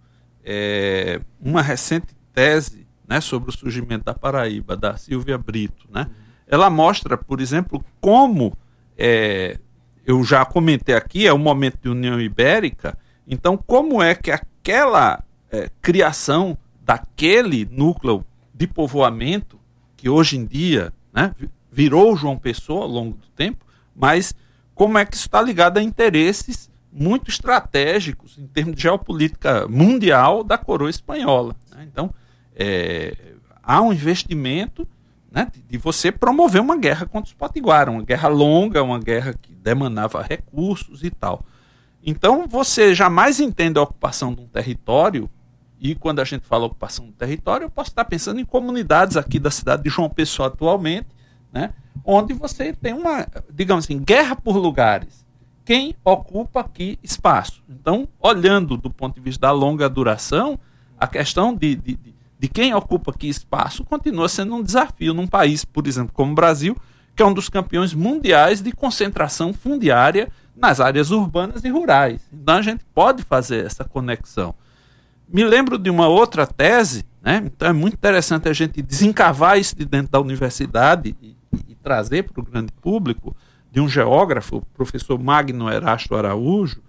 é, uma recente tese, né, sobre o surgimento da Paraíba, da Silvia Brito, né? Ela mostra, por exemplo, como, é, eu já comentei aqui, é o momento de União Ibérica, então como é que aquela é, criação daquele núcleo de povoamento, que hoje em dia, né, virou João Pessoa ao longo do tempo, mas como é que isso está ligado a interesses muito estratégicos em termos de geopolítica mundial da coroa espanhola, né? Então, é, há um investimento, né, de, de você promover uma guerra contra os potiguaras, uma guerra longa, uma guerra que demandava recursos e tal. Então, você jamais entende a ocupação de um território, e quando a gente fala ocupação do território, eu posso estar pensando em comunidades aqui da cidade de João Pessoa atualmente, né, onde você tem uma, digamos assim, guerra por lugares. Quem ocupa aqui espaço? Então, olhando do ponto de vista da longa duração, a questão de, de, de de quem ocupa aqui espaço continua sendo um desafio num país, por exemplo, como o Brasil, que é um dos campeões mundiais de concentração fundiária nas áreas urbanas e rurais. Então a gente pode fazer essa conexão. Me lembro de uma outra tese, né? Então é muito interessante a gente desencavar isso de dentro da universidade e, e trazer para o grande público, de um geógrafo, o professor Magno Erasto Araújo,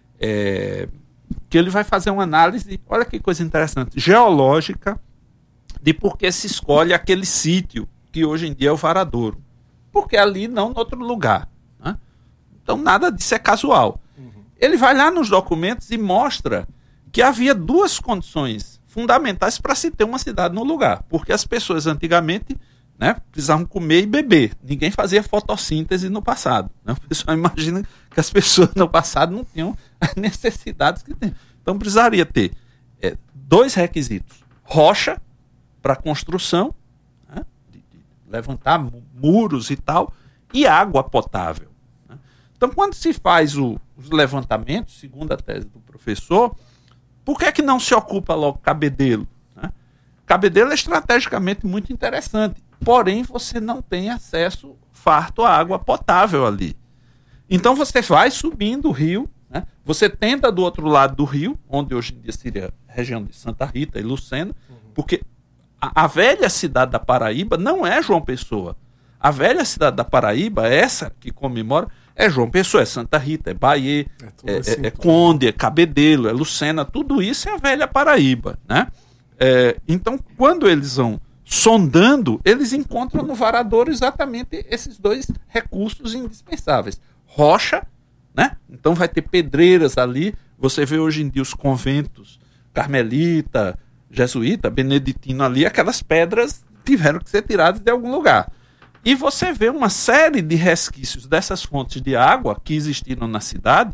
é, que ele vai fazer uma análise, olha que coisa interessante, geológica, de por que se escolhe aquele sítio que hoje em dia é o Varadouro. Porque ali não em outro lugar, né? Então nada disso é casual. Uhum. Ele vai lá nos documentos e mostra que havia duas condições fundamentais para se ter uma cidade no lugar. Porque as pessoas antigamente, né, precisavam comer e beber. Ninguém fazia fotossíntese no passado, né? O pessoal imagina que as pessoas no passado não tinham as necessidades que tem. Então precisaria ter é, dois requisitos: rocha para construção, né, de, de levantar muros e tal, e água potável, né? Então quando se faz o, os levantamentos, segundo a tese do professor, por que é que não se ocupa logo Cabedelo, né? Cabedelo é estrategicamente muito interessante, porém você não tem acesso farto à água potável ali. Então você vai subindo o rio, né? Você tenta do outro lado do rio, onde hoje em dia seria a região de Santa Rita e Lucena, uhum. porque a, a velha cidade da Paraíba não é João Pessoa. A velha cidade da Paraíba, essa que comemora, é João Pessoa, é Santa Rita, é Bahia, é, é, assim, é, é Conde, é Cabedelo, é Lucena, tudo isso é a velha Paraíba, né? É, então, quando eles vão sondando, eles encontram no Varadouro exatamente esses dois recursos indispensáveis. Rocha, né? Então vai ter pedreiras ali. Você vê hoje em dia os conventos carmelita, jesuíta, beneditino ali, aquelas pedras tiveram que ser tiradas de algum lugar. E você vê uma série de resquícios dessas fontes de água que existiram na cidade.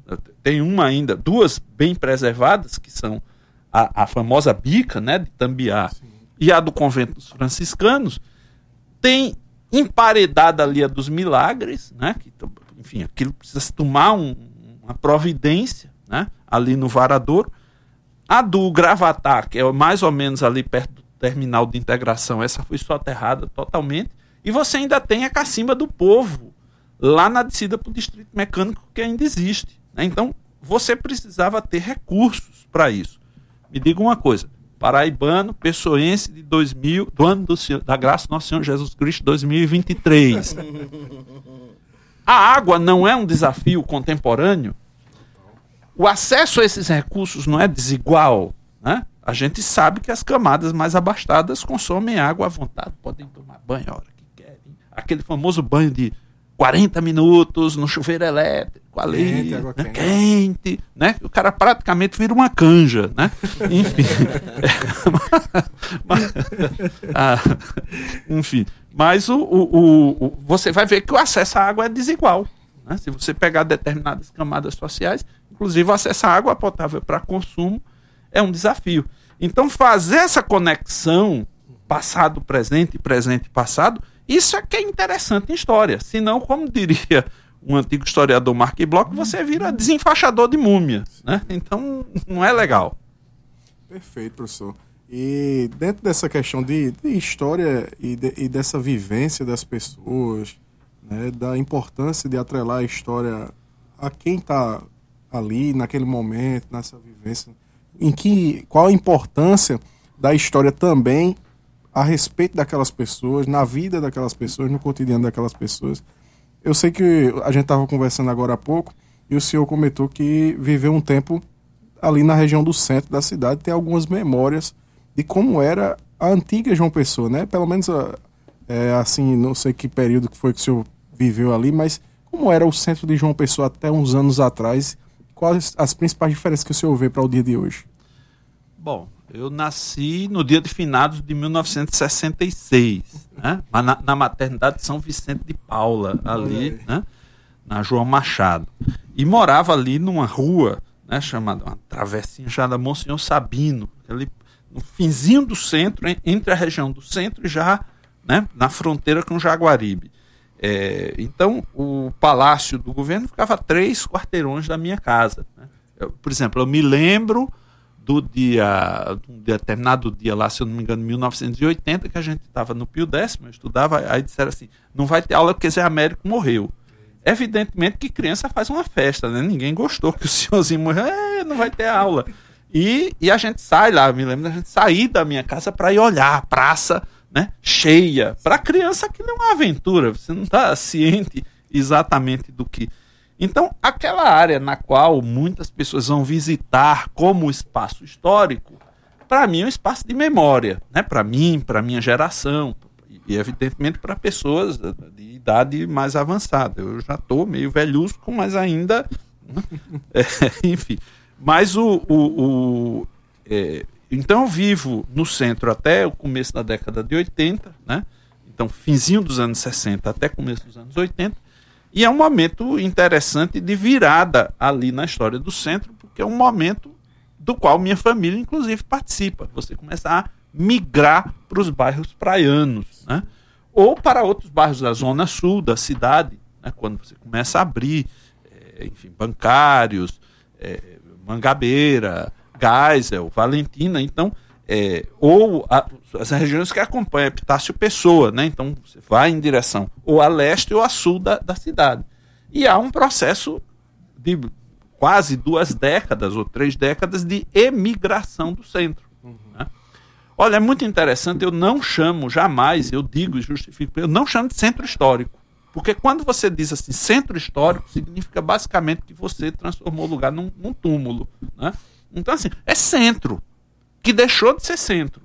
Tem uma ainda, duas bem preservadas, que são a, a famosa bica, né, de Tambiá, sim, e a do convento dos franciscanos. Tem emparedada ali a dos Milagres, né, que, enfim, aquilo precisa se tomar um, uma providência, né, ali no Varadouro. A do Gravatá, que é mais ou menos ali perto do terminal de integração, essa foi soterrada totalmente. E você ainda tem a Cacimba do Povo, lá na descida para o Distrito Mecânico, que ainda existe, né? Então, você precisava ter recursos para isso. Me diga uma coisa: paraibano, pessoense de dois mil, do ano do Senhor, da graça do Nosso Senhor Jesus Cristo, dois mil e vinte e três. A água não é um desafio contemporâneo? O acesso a esses recursos não é desigual, né? A gente sabe que as camadas mais abastadas consomem água à vontade, podem tomar banho a hora que querem. Aquele famoso banho de quarenta minutos no chuveiro elétrico ali, Quente, água né? quente. quente, né? O cara praticamente vira uma canja, né? Enfim. mas, ah, enfim, mas o, o, o, você vai ver que o acesso à água é desigual, né? Se você pegar determinadas camadas sociais, inclusive o acesso à água potável para consumo é um desafio. Então, fazer essa conexão passado, presente, presente, passado, isso é que é interessante em história. Senão, como diria um antigo historiador Mark Bloch, você vira desenfaixador de múmias, né? Então, não é legal. Perfeito, professor. E dentro dessa questão de, de história e, de, e dessa vivência das pessoas, né, da importância de atrelar a história a quem está ali, naquele momento, nessa vivência, em que, qual a importância da história também a respeito daquelas pessoas, na vida daquelas pessoas, no cotidiano daquelas pessoas. Eu sei que a gente estava conversando agora há pouco e o senhor comentou que viveu um tempo ali na região do centro da cidade, tem algumas memórias de como era a antiga João Pessoa, né? Pelo menos, é, assim, não sei que período que foi que o senhor viveu ali, mas como era o centro de João Pessoa até uns anos atrás, quais as principais diferenças que o senhor vê para o dia de hoje? Bom, eu nasci no dia de finados de mil novecentos e sessenta e seis, né? na, na maternidade de São Vicente de Paula, ali, né? Na João Machado. E morava ali numa rua, né, chamada, uma travessinha chamada Monsenhor Sabino, ali no finzinho do centro, entre a região do centro e já, né, na fronteira com Jaguaribe. É, então, o palácio do governo ficava a três quarteirões da minha casa, né? Eu, por exemplo, eu me lembro do dia, de um determinado dia lá, se eu não me engano, em mil novecentos e oitenta, que a gente estava no Pio Décimo, eu estudava, aí disseram assim, não vai ter aula porque Zé Américo morreu. Evidentemente que criança faz uma festa, né? Ninguém gostou que o senhorzinho morreu, é, não vai ter aula. E, e a gente sai lá, me lembro da gente sair da minha casa para ir olhar a praça, né, cheia. Para a criança aquilo é uma aventura, você não está ciente exatamente do que... Então, aquela área na qual muitas pessoas vão visitar como espaço histórico, para mim é um espaço de memória, né? Para mim, para a minha geração, e evidentemente para pessoas de idade mais avançada. Eu já estou meio velhusco, mas ainda... é, enfim... Mas o... o, o é, então eu vivo no centro até o começo da década de oitenta, né? Então finzinho dos anos sessenta até começo dos anos oitenta, e é um momento interessante de virada ali na história do centro, porque é um momento do qual minha família inclusive participa. Você começa a migrar para os bairros praianos, né? Ou para outros bairros da zona sul da cidade, né? Quando você começa a abrir, é, enfim, bancários, é, Mangabeira, Geisel, Valentina, então, é, ou a, as regiões que acompanham Epitácio Pessoa, né? Então você vai em direção ou a leste ou a sul da, da cidade. E há um processo de quase duas décadas ou três décadas de emigração do centro. Uhum. Né? Olha, é muito interessante, eu não chamo jamais, eu digo e justifico, eu não chamo de centro histórico. Porque quando você diz assim, centro histórico, significa basicamente que você transformou o lugar num, num túmulo, né? Então, assim, é centro, que deixou de ser centro.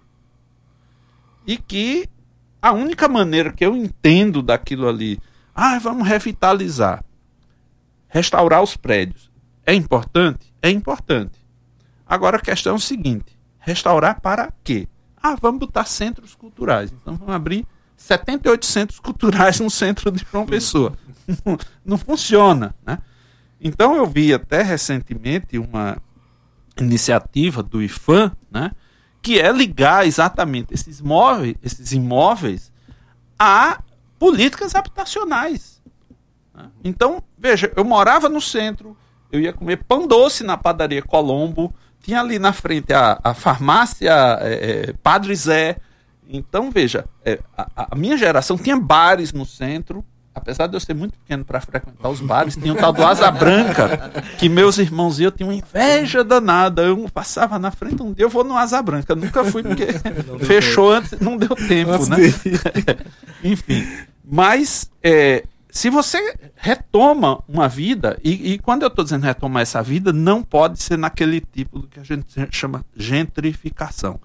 E que a única maneira que eu entendo daquilo ali, ah, vamos revitalizar, restaurar os prédios, é importante? É importante. Agora a questão é o seguinte, restaurar para quê? Ah, vamos botar centros culturais. Então vamos abrir setenta e oito centros culturais no centro de João Pessoa. Não, não funciona, né? Então eu vi até recentemente uma iniciativa do IFAM, né, que é ligar exatamente esses imóveis, esses imóveis a políticas habitacionais. Né? Então, veja, eu morava no centro, eu ia comer pão doce na padaria Colombo, tinha ali na frente a, a farmácia é, Padre Zé. Então, veja, é, a, a minha geração tinha bares no centro, apesar de eu ser muito pequeno para frequentar os bares, tinha o tal do Asa Branca, que meus irmãos e eu tinham inveja danada. Eu passava na frente, um dia eu vou no Asa Branca, nunca fui porque fechou antes, não deu tempo, né? Enfim, mas é, se você retoma uma vida, e, e quando eu estou dizendo retomar essa vida, não pode ser naquele tipo do que a gente chama gentrificação.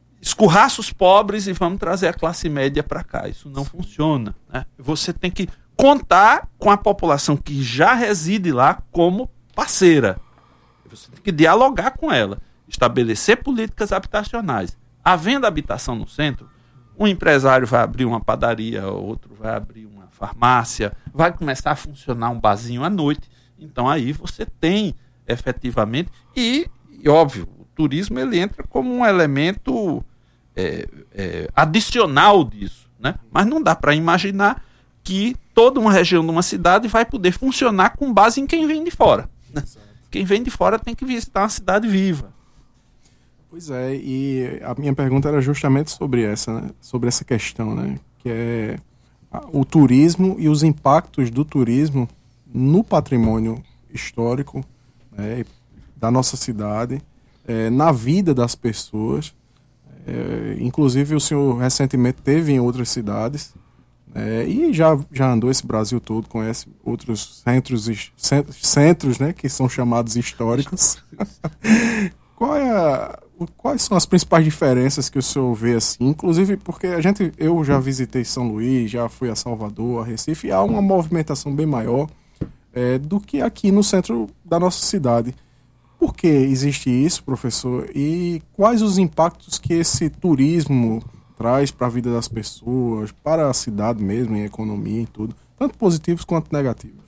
Escurraça os pobres e vamos trazer a classe média para cá. Isso não funciona, né? Você tem que contar com a população que já reside lá como parceira. Você tem que dialogar com ela, estabelecer políticas habitacionais. Havendo habitação no centro, um empresário vai abrir uma padaria, outro vai abrir uma farmácia, vai começar a funcionar um barzinho à noite. Então aí você tem efetivamente, e, e óbvio, o turismo ele entra como um elemento é, é, adicional disso, né? Mas não dá para imaginar que toda uma região de uma cidade vai poder funcionar com base em quem vem de fora, né? Quem vem de fora tem que visitar uma cidade viva. Pois é, e a minha pergunta era justamente sobre essa, né? Sobre essa questão, né? Que é o turismo e os impactos do turismo no patrimônio histórico, né, da nossa cidade, é, na vida das pessoas. É, inclusive o senhor recentemente esteve em outras cidades, é, e já, já andou esse Brasil todo, conhece outros centros, centros, né, que são chamados históricos. Qual é a, quais são as principais diferenças que o senhor vê assim? Inclusive porque a gente, eu já visitei São Luís, já fui a Salvador, a Recife, e há uma movimentação bem maior é, do que aqui no centro da nossa cidade. Por que existe isso, professor? E quais os impactos que esse turismo traz para a vida das pessoas, para a cidade mesmo, em economia e tudo, tanto positivos quanto negativos?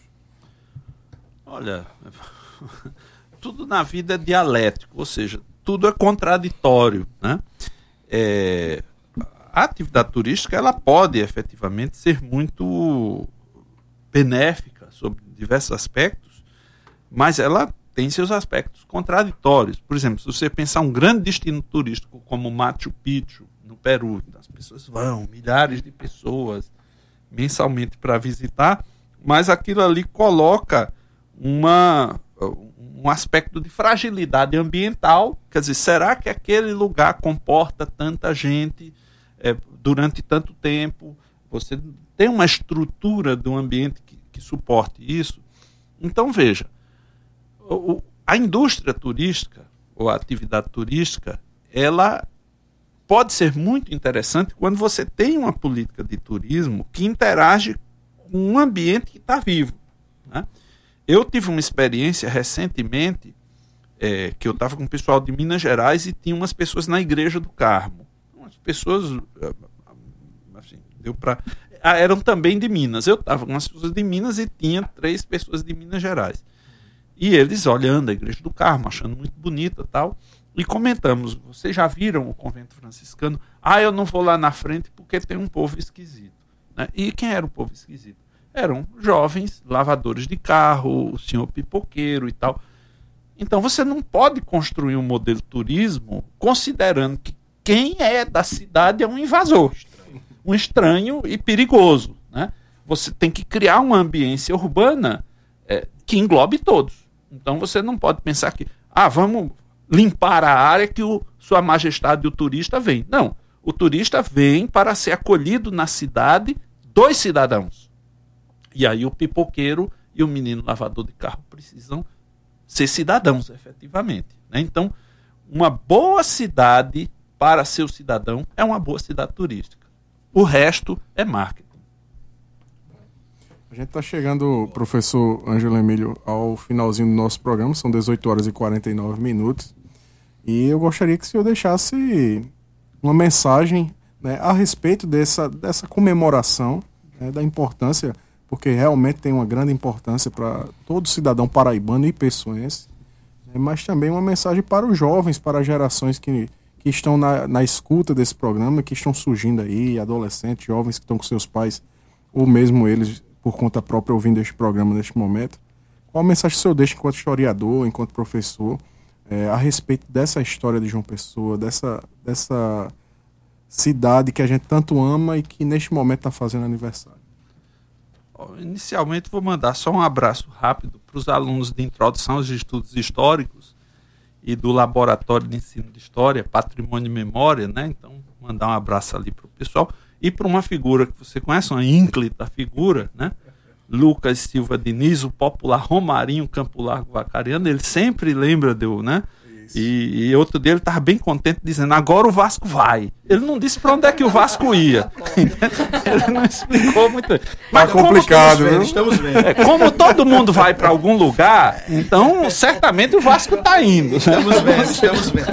Olha, tudo na vida é dialético, ou seja, tudo é contraditório, né? É, a atividade turística ela pode efetivamente ser muito benéfica sobre diversos aspectos, mas ela tem seus aspectos contraditórios. Por exemplo, se você pensar um grande destino turístico como Machu Picchu, no Peru, as pessoas vão, milhares de pessoas mensalmente para visitar, mas aquilo ali coloca uma, um aspecto de fragilidade ambiental. Quer dizer, será que aquele lugar comporta tanta gente é, durante tanto tempo? Você tem uma estrutura do ambiente que, que suporte isso? Então, veja, o, a indústria turística, ou a atividade turística, ela pode ser muito interessante quando você tem uma política de turismo que interage com um ambiente que está vivo, né? Eu tive uma experiência recentemente é, que eu estava com o pessoal de Minas Gerais e tinha umas pessoas na Igreja do Carmo. Umas pessoas, assim, deu para... Ah, eram também de Minas. Eu estava com umas pessoas de Minas e tinha três pessoas de Minas Gerais. E eles olhando a Igreja do Carmo, achando muito bonita e tal, e comentamos, vocês já viram o convento franciscano? Ah, eu não vou lá na frente porque tem um povo esquisito, né? E quem era o povo esquisito? Eram jovens lavadores de carro, o senhor pipoqueiro e tal. Então você não pode construir um modelo de turismo considerando que quem é da cidade é um invasor, um estranho e perigoso, né? Você tem que criar uma ambiência urbana é, que englobe todos. Então você não pode pensar que, ah, vamos limpar a área que o, Sua Majestade o turista vem. Não, o turista vem para ser acolhido na cidade dos cidadãos. E aí o pipoqueiro e o menino lavador de carro precisam ser cidadãos, efetivamente, né? Então, uma boa cidade para seu cidadão é uma boa cidade turística. O resto é marketing. A gente está chegando, professor Ângelo Emílio, ao finalzinho do nosso programa. São dezoito horas e quarenta e nove minutos. E eu gostaria que o senhor deixasse uma mensagem, né, a respeito dessa, dessa comemoração, né, da importância, porque realmente tem uma grande importância para todo cidadão paraibano e pessoense, né, mas também uma mensagem para os jovens, para as gerações que, que estão na, na escuta desse programa, que estão surgindo aí, adolescentes, jovens que estão com seus pais, ou mesmo eles por conta própria ouvindo este programa neste momento. Qual a mensagem que o senhor deixa enquanto historiador, enquanto professor, é, a respeito dessa história de João Pessoa, dessa, dessa cidade que a gente tanto ama e que neste momento está fazendo aniversário? Inicialmente vou mandar só um abraço rápido para os alunos de Introdução aos Estudos Históricos e do Laboratório de Ensino de História, Patrimônio e Memória, né? Então, mandar um abraço ali para o pessoal. E para uma figura que você conhece, uma ínclita figura, né? Lucas Silva Diniz, o popular Romarinho Campo Largo Vacariano, ele sempre lembra de eu, né? E, e outro dia ele estava bem contente, dizendo, agora o Vasco vai. Ele não disse para onde é que o Vasco ia. Ele não explicou muito. Mas tá complicado, viu? Estamos vendo. É, como todo mundo vai para algum lugar, então certamente o Vasco está indo. Estamos vendo, estamos vendo.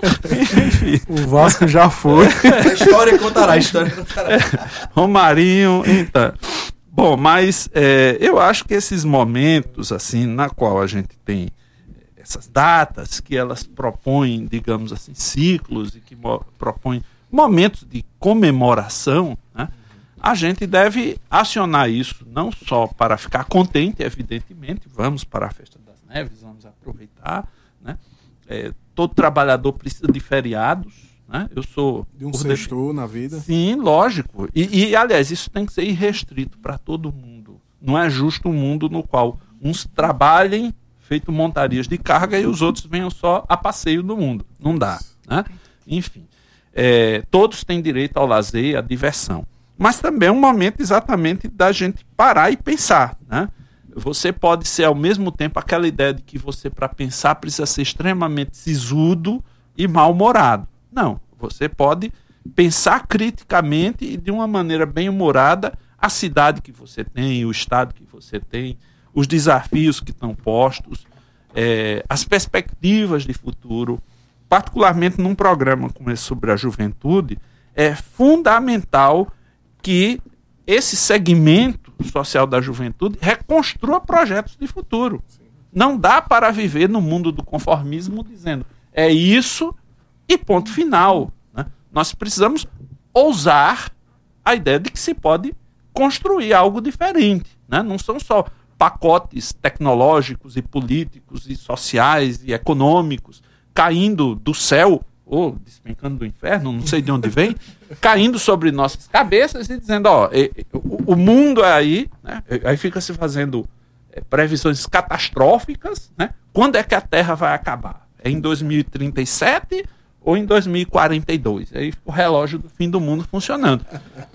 Enfim. O Vasco já foi. A história contará, a história contará. É, Romarinho, então... Bom, mas é, eu acho que esses momentos, assim, na qual a gente tem essas datas, que elas propõem, digamos assim, ciclos e que mo- propõem momentos de comemoração, né, a gente deve acionar isso não só para ficar contente, evidentemente, vamos para a Festa das Neves, vamos aproveitar, né, é, todo trabalhador precisa de feriados, né? Eu sou... De um sexto na vida. Sim, lógico. E, e, aliás, isso tem que ser irrestrito para todo mundo. Não é justo um mundo no qual uns trabalhem feito montarias de carga e os outros venham só a passeio no mundo. Não dá. Né? Enfim, é, todos têm direito ao lazer, à diversão. Mas também é um momento exatamente da gente parar e pensar. Né? Você pode ser, ao mesmo tempo, aquela ideia de que você, para pensar, precisa ser extremamente sisudo e mal-humorado. Não, você pode pensar criticamente e de uma maneira bem humorada a cidade que você tem, o estado que você tem, os desafios que estão postos, é, as perspectivas de futuro. Particularmente num programa como esse sobre a juventude, é fundamental que esse segmento social da juventude reconstrua projetos de futuro. Não dá para viver no mundo do conformismo dizendo é isso e ponto final. Né? Nós precisamos ousar a ideia de que se pode construir algo diferente. Né? Não são só pacotes tecnológicos e políticos e sociais e econômicos caindo do céu, ou despencando do inferno, não sei de onde vem, caindo sobre nossas cabeças e dizendo, ó, e, e, o, o mundo é aí, né? Aí fica se fazendo é, previsões catastróficas, né? Quando é que a Terra vai acabar? É em dois mil e trinta e sete ou em dois mil e quarenta e dois? Aí o relógio do fim do mundo funcionando.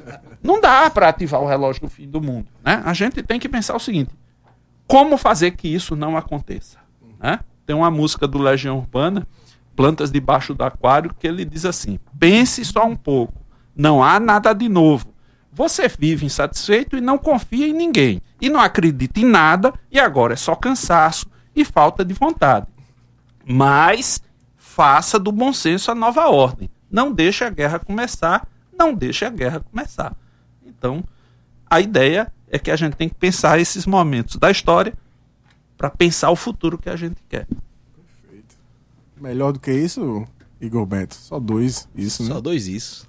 Não dá para ativar o relógio do fim do mundo. Né? A gente tem que pensar o seguinte, como fazer que isso não aconteça? Né? Tem uma música do Legião Urbana, Plantas Debaixo do Aquário, que ele diz assim, pense só um pouco, não há nada de novo. Você vive insatisfeito e não confia em ninguém, e não acredita em nada, e agora é só cansaço e falta de vontade. Mas faça do bom senso a nova ordem. Não deixe a guerra começar, não deixe a guerra começar. Então, a ideia é que a gente tem que pensar esses momentos da história para pensar o futuro que a gente quer. Perfeito. Melhor do que isso, Igor Bento? Só dois isso, né? Só dois isso.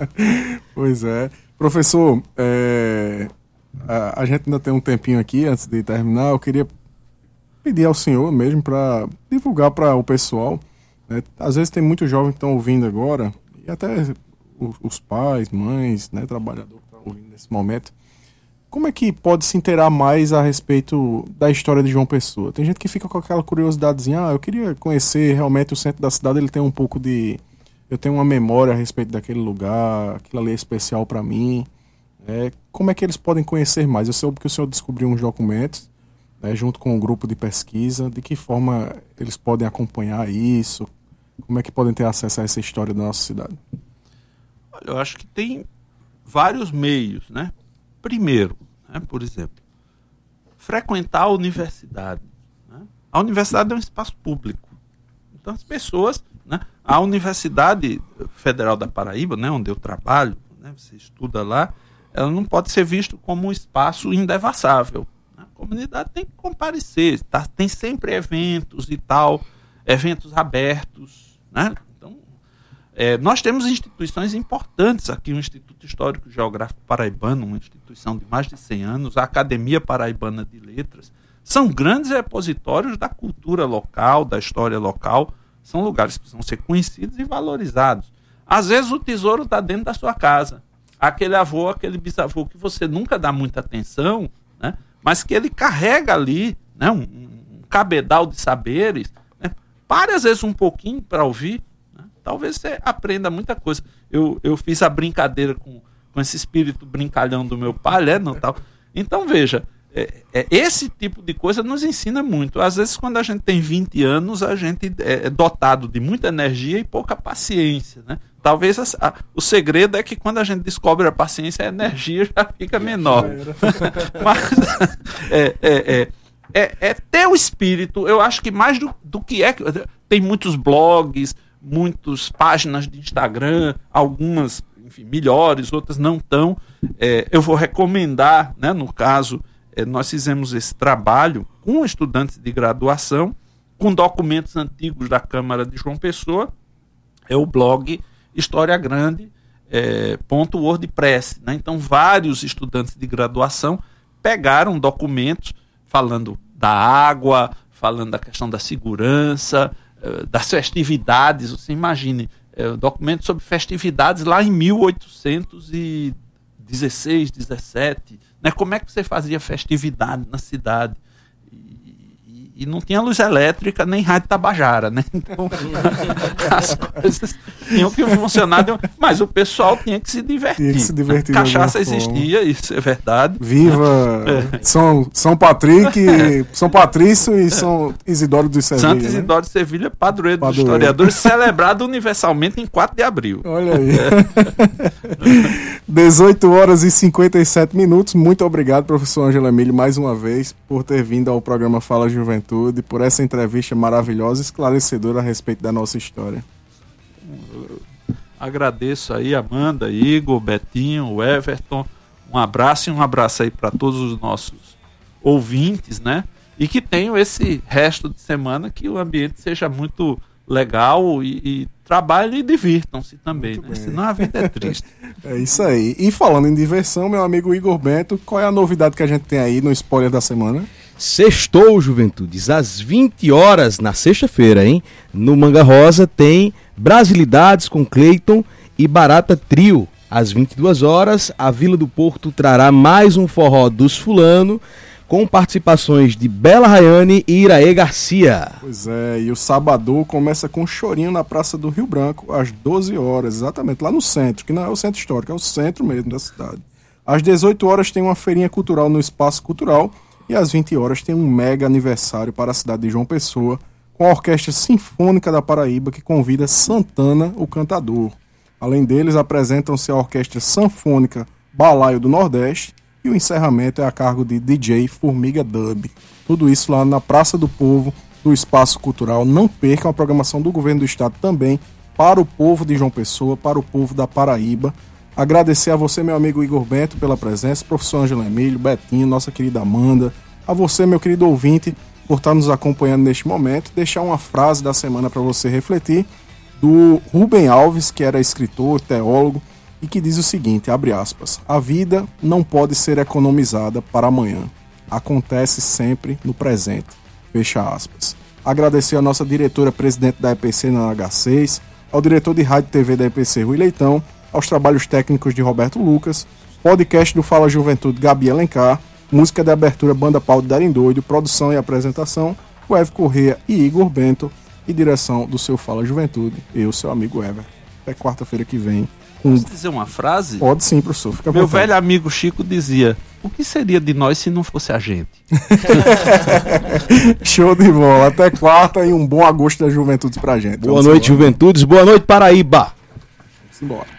Pois é. Professor, é, a, a gente ainda tem um tempinho aqui antes de terminar. Eu queria pedir ao senhor mesmo para divulgar para o pessoal. Né? Às vezes tem muitos jovens que estão ouvindo agora, e até os, os pais, mães, né, trabalhadores que estão ouvindo nesse momento. Como é que pode se inteirar mais a respeito da história de João Pessoa? Tem gente que fica com aquela curiosidadezinha, ah, eu queria conhecer realmente o centro da cidade, ele tem um pouco de... Eu tenho uma memória a respeito daquele lugar, aquilo ali é especial para mim. É, como é que eles podem conhecer mais? Eu soube que o senhor descobriu uns documentos, né, junto com um grupo de pesquisa, de que forma eles podem acompanhar isso? Como é que podem ter acesso a essa história da nossa cidade? Olha, eu acho que tem vários meios, né? Primeiro, né, por exemplo, frequentar a universidade. Né? A universidade é um espaço público. Então as pessoas... Né, a Universidade Federal da Paraíba, né, onde eu trabalho, né, você estuda lá, ela não pode ser vista como um espaço indevassável. Né? A comunidade tem que comparecer, tá? Tem sempre eventos e tal, eventos abertos. Né? Então, é, nós temos instituições importantes aqui, o Instituto Histórico Geográfico Paraibano, uma instituição de mais de cem anos, a Academia Paraibana de Letras, são grandes repositórios da cultura local, da história local, são lugares que precisam ser conhecidos e valorizados. Às vezes o tesouro está dentro da sua casa. Aquele avô, aquele bisavô que você nunca dá muita atenção, né? Mas que ele carrega ali, né? um, um cabedal de saberes. Né? Pare às vezes um pouquinho para ouvir. Né? Talvez você aprenda muita coisa. Eu, eu fiz a brincadeira com, com esse espírito brincalhão do meu pai, né? Não, tal. Então veja, É, é, esse tipo de coisa nos ensina muito. Às vezes, quando a gente tem vinte anos, a gente é dotado de muita energia e pouca paciência, né? Talvez a, a, o segredo é que quando a gente descobre a paciência, a energia já fica menor. Mas é, é, é, é, é ter o espírito. Eu acho que mais do, do que é... Tem muitos blogs, muitas páginas de Instagram, algumas, enfim, melhores, outras não tão. É, eu vou recomendar, né, no caso... Nós fizemos esse trabalho com estudantes de graduação, com documentos antigos da Câmara de João Pessoa, é o blog História Grande, é, ponto wordpress, né? Então, vários estudantes de graduação pegaram documentos falando da água, falando da questão da segurança, é, das festividades. Você imagine, é, documentos sobre festividades lá em mil oitocentos e dezesseis, dezessete, né? Como é que você fazia festividade na cidade? E, e não tinha luz elétrica nem rádio Tabajara, né? Então as coisas tinham que funcionar, mas o pessoal tinha que se divertir. Tinha que se divertir. Cachaça existia, isso é verdade. Viva é. São, São Patrick, é. São Patrício e São Isidoro de Sevilha. Santo Isidoro, né? De Sevilha, padroeiro, padroeiro dos historiadores, celebrado universalmente em quatro de abril. Olha aí. É. dezoito horas e cinquenta e sete minutos. Muito obrigado, professor Ângelo Emílio, mais uma vez, por ter vindo ao programa Fala Juventude, por essa entrevista maravilhosa e esclarecedora a respeito da nossa história. Eu agradeço aí, Amanda, Igor, Betinho, o Everton. Um abraço e um abraço aí para todos os nossos ouvintes, né? E que tenham esse resto de semana, que o ambiente seja muito legal e, e trabalhem e divirtam-se também, né? Senão a vida é triste. É isso aí. E falando em diversão, meu amigo Igor Bento, qual é a novidade que a gente tem aí no spoiler da semana? Sextou, Juventudes, às vinte horas na sexta-feira, hein? No Manga Rosa tem Brasilidades com Cleiton e Barata Trio. Às vinte e duas horas, a Vila do Porto trará mais um forró dos fulano, com participações de Bela Rayane e Iraê Garcia. Pois é, e o Sabadão começa com chorinho na Praça do Rio Branco, às doze horas, exatamente, lá no centro, que não é o centro histórico, é o centro mesmo da cidade. Às dezoito horas tem uma feirinha cultural no Espaço Cultural, e às vinte horas tem um mega aniversário para a cidade de João Pessoa, com a Orquestra Sinfônica da Paraíba, que convida Santana, o cantador. Além deles, apresentam-se a Orquestra Sanfônica Balaio do Nordeste, e o encerramento é a cargo de D J Formiga Dub. Tudo isso lá na Praça do Povo, do Espaço Cultural. Não percam a programação do Governo do Estado também, para o povo de João Pessoa, para o povo da Paraíba. Agradecer a você, meu amigo Igor Bento, pela presença, professor Ângelo Emílio, Betinho, nossa querida Amanda, a você, meu querido ouvinte, por estar nos acompanhando neste momento. Deixar uma frase da semana para você refletir, do Rubem Alves, que era escritor, teólogo, e que diz o seguinte, abre aspas, a vida não pode ser economizada para amanhã, acontece sempre no presente, fecha aspas. Agradecer a nossa diretora presidente da E P C na H seis, ao diretor de rádio e T V da E P C Rui Leitão, aos trabalhos técnicos de Roberto Lucas, podcast do Fala Juventude Gabi Alencar, música de abertura Banda Pau de Darem Doido, produção e apresentação, Ever Corrêa e Igor Bento, e direção do seu Fala Juventude, eu, seu amigo Ever. Até quarta-feira que vem. Um... Posso dizer uma frase? Pode sim, professor. Fica Meu velho amigo Chico dizia, o que seria de nós se não fosse a gente? Show de bola. Até quarta e um bom agosto da Juventude pra gente. Boa Vamos noite, embora. Juventudes. Boa noite, Paraíba. Vamos embora.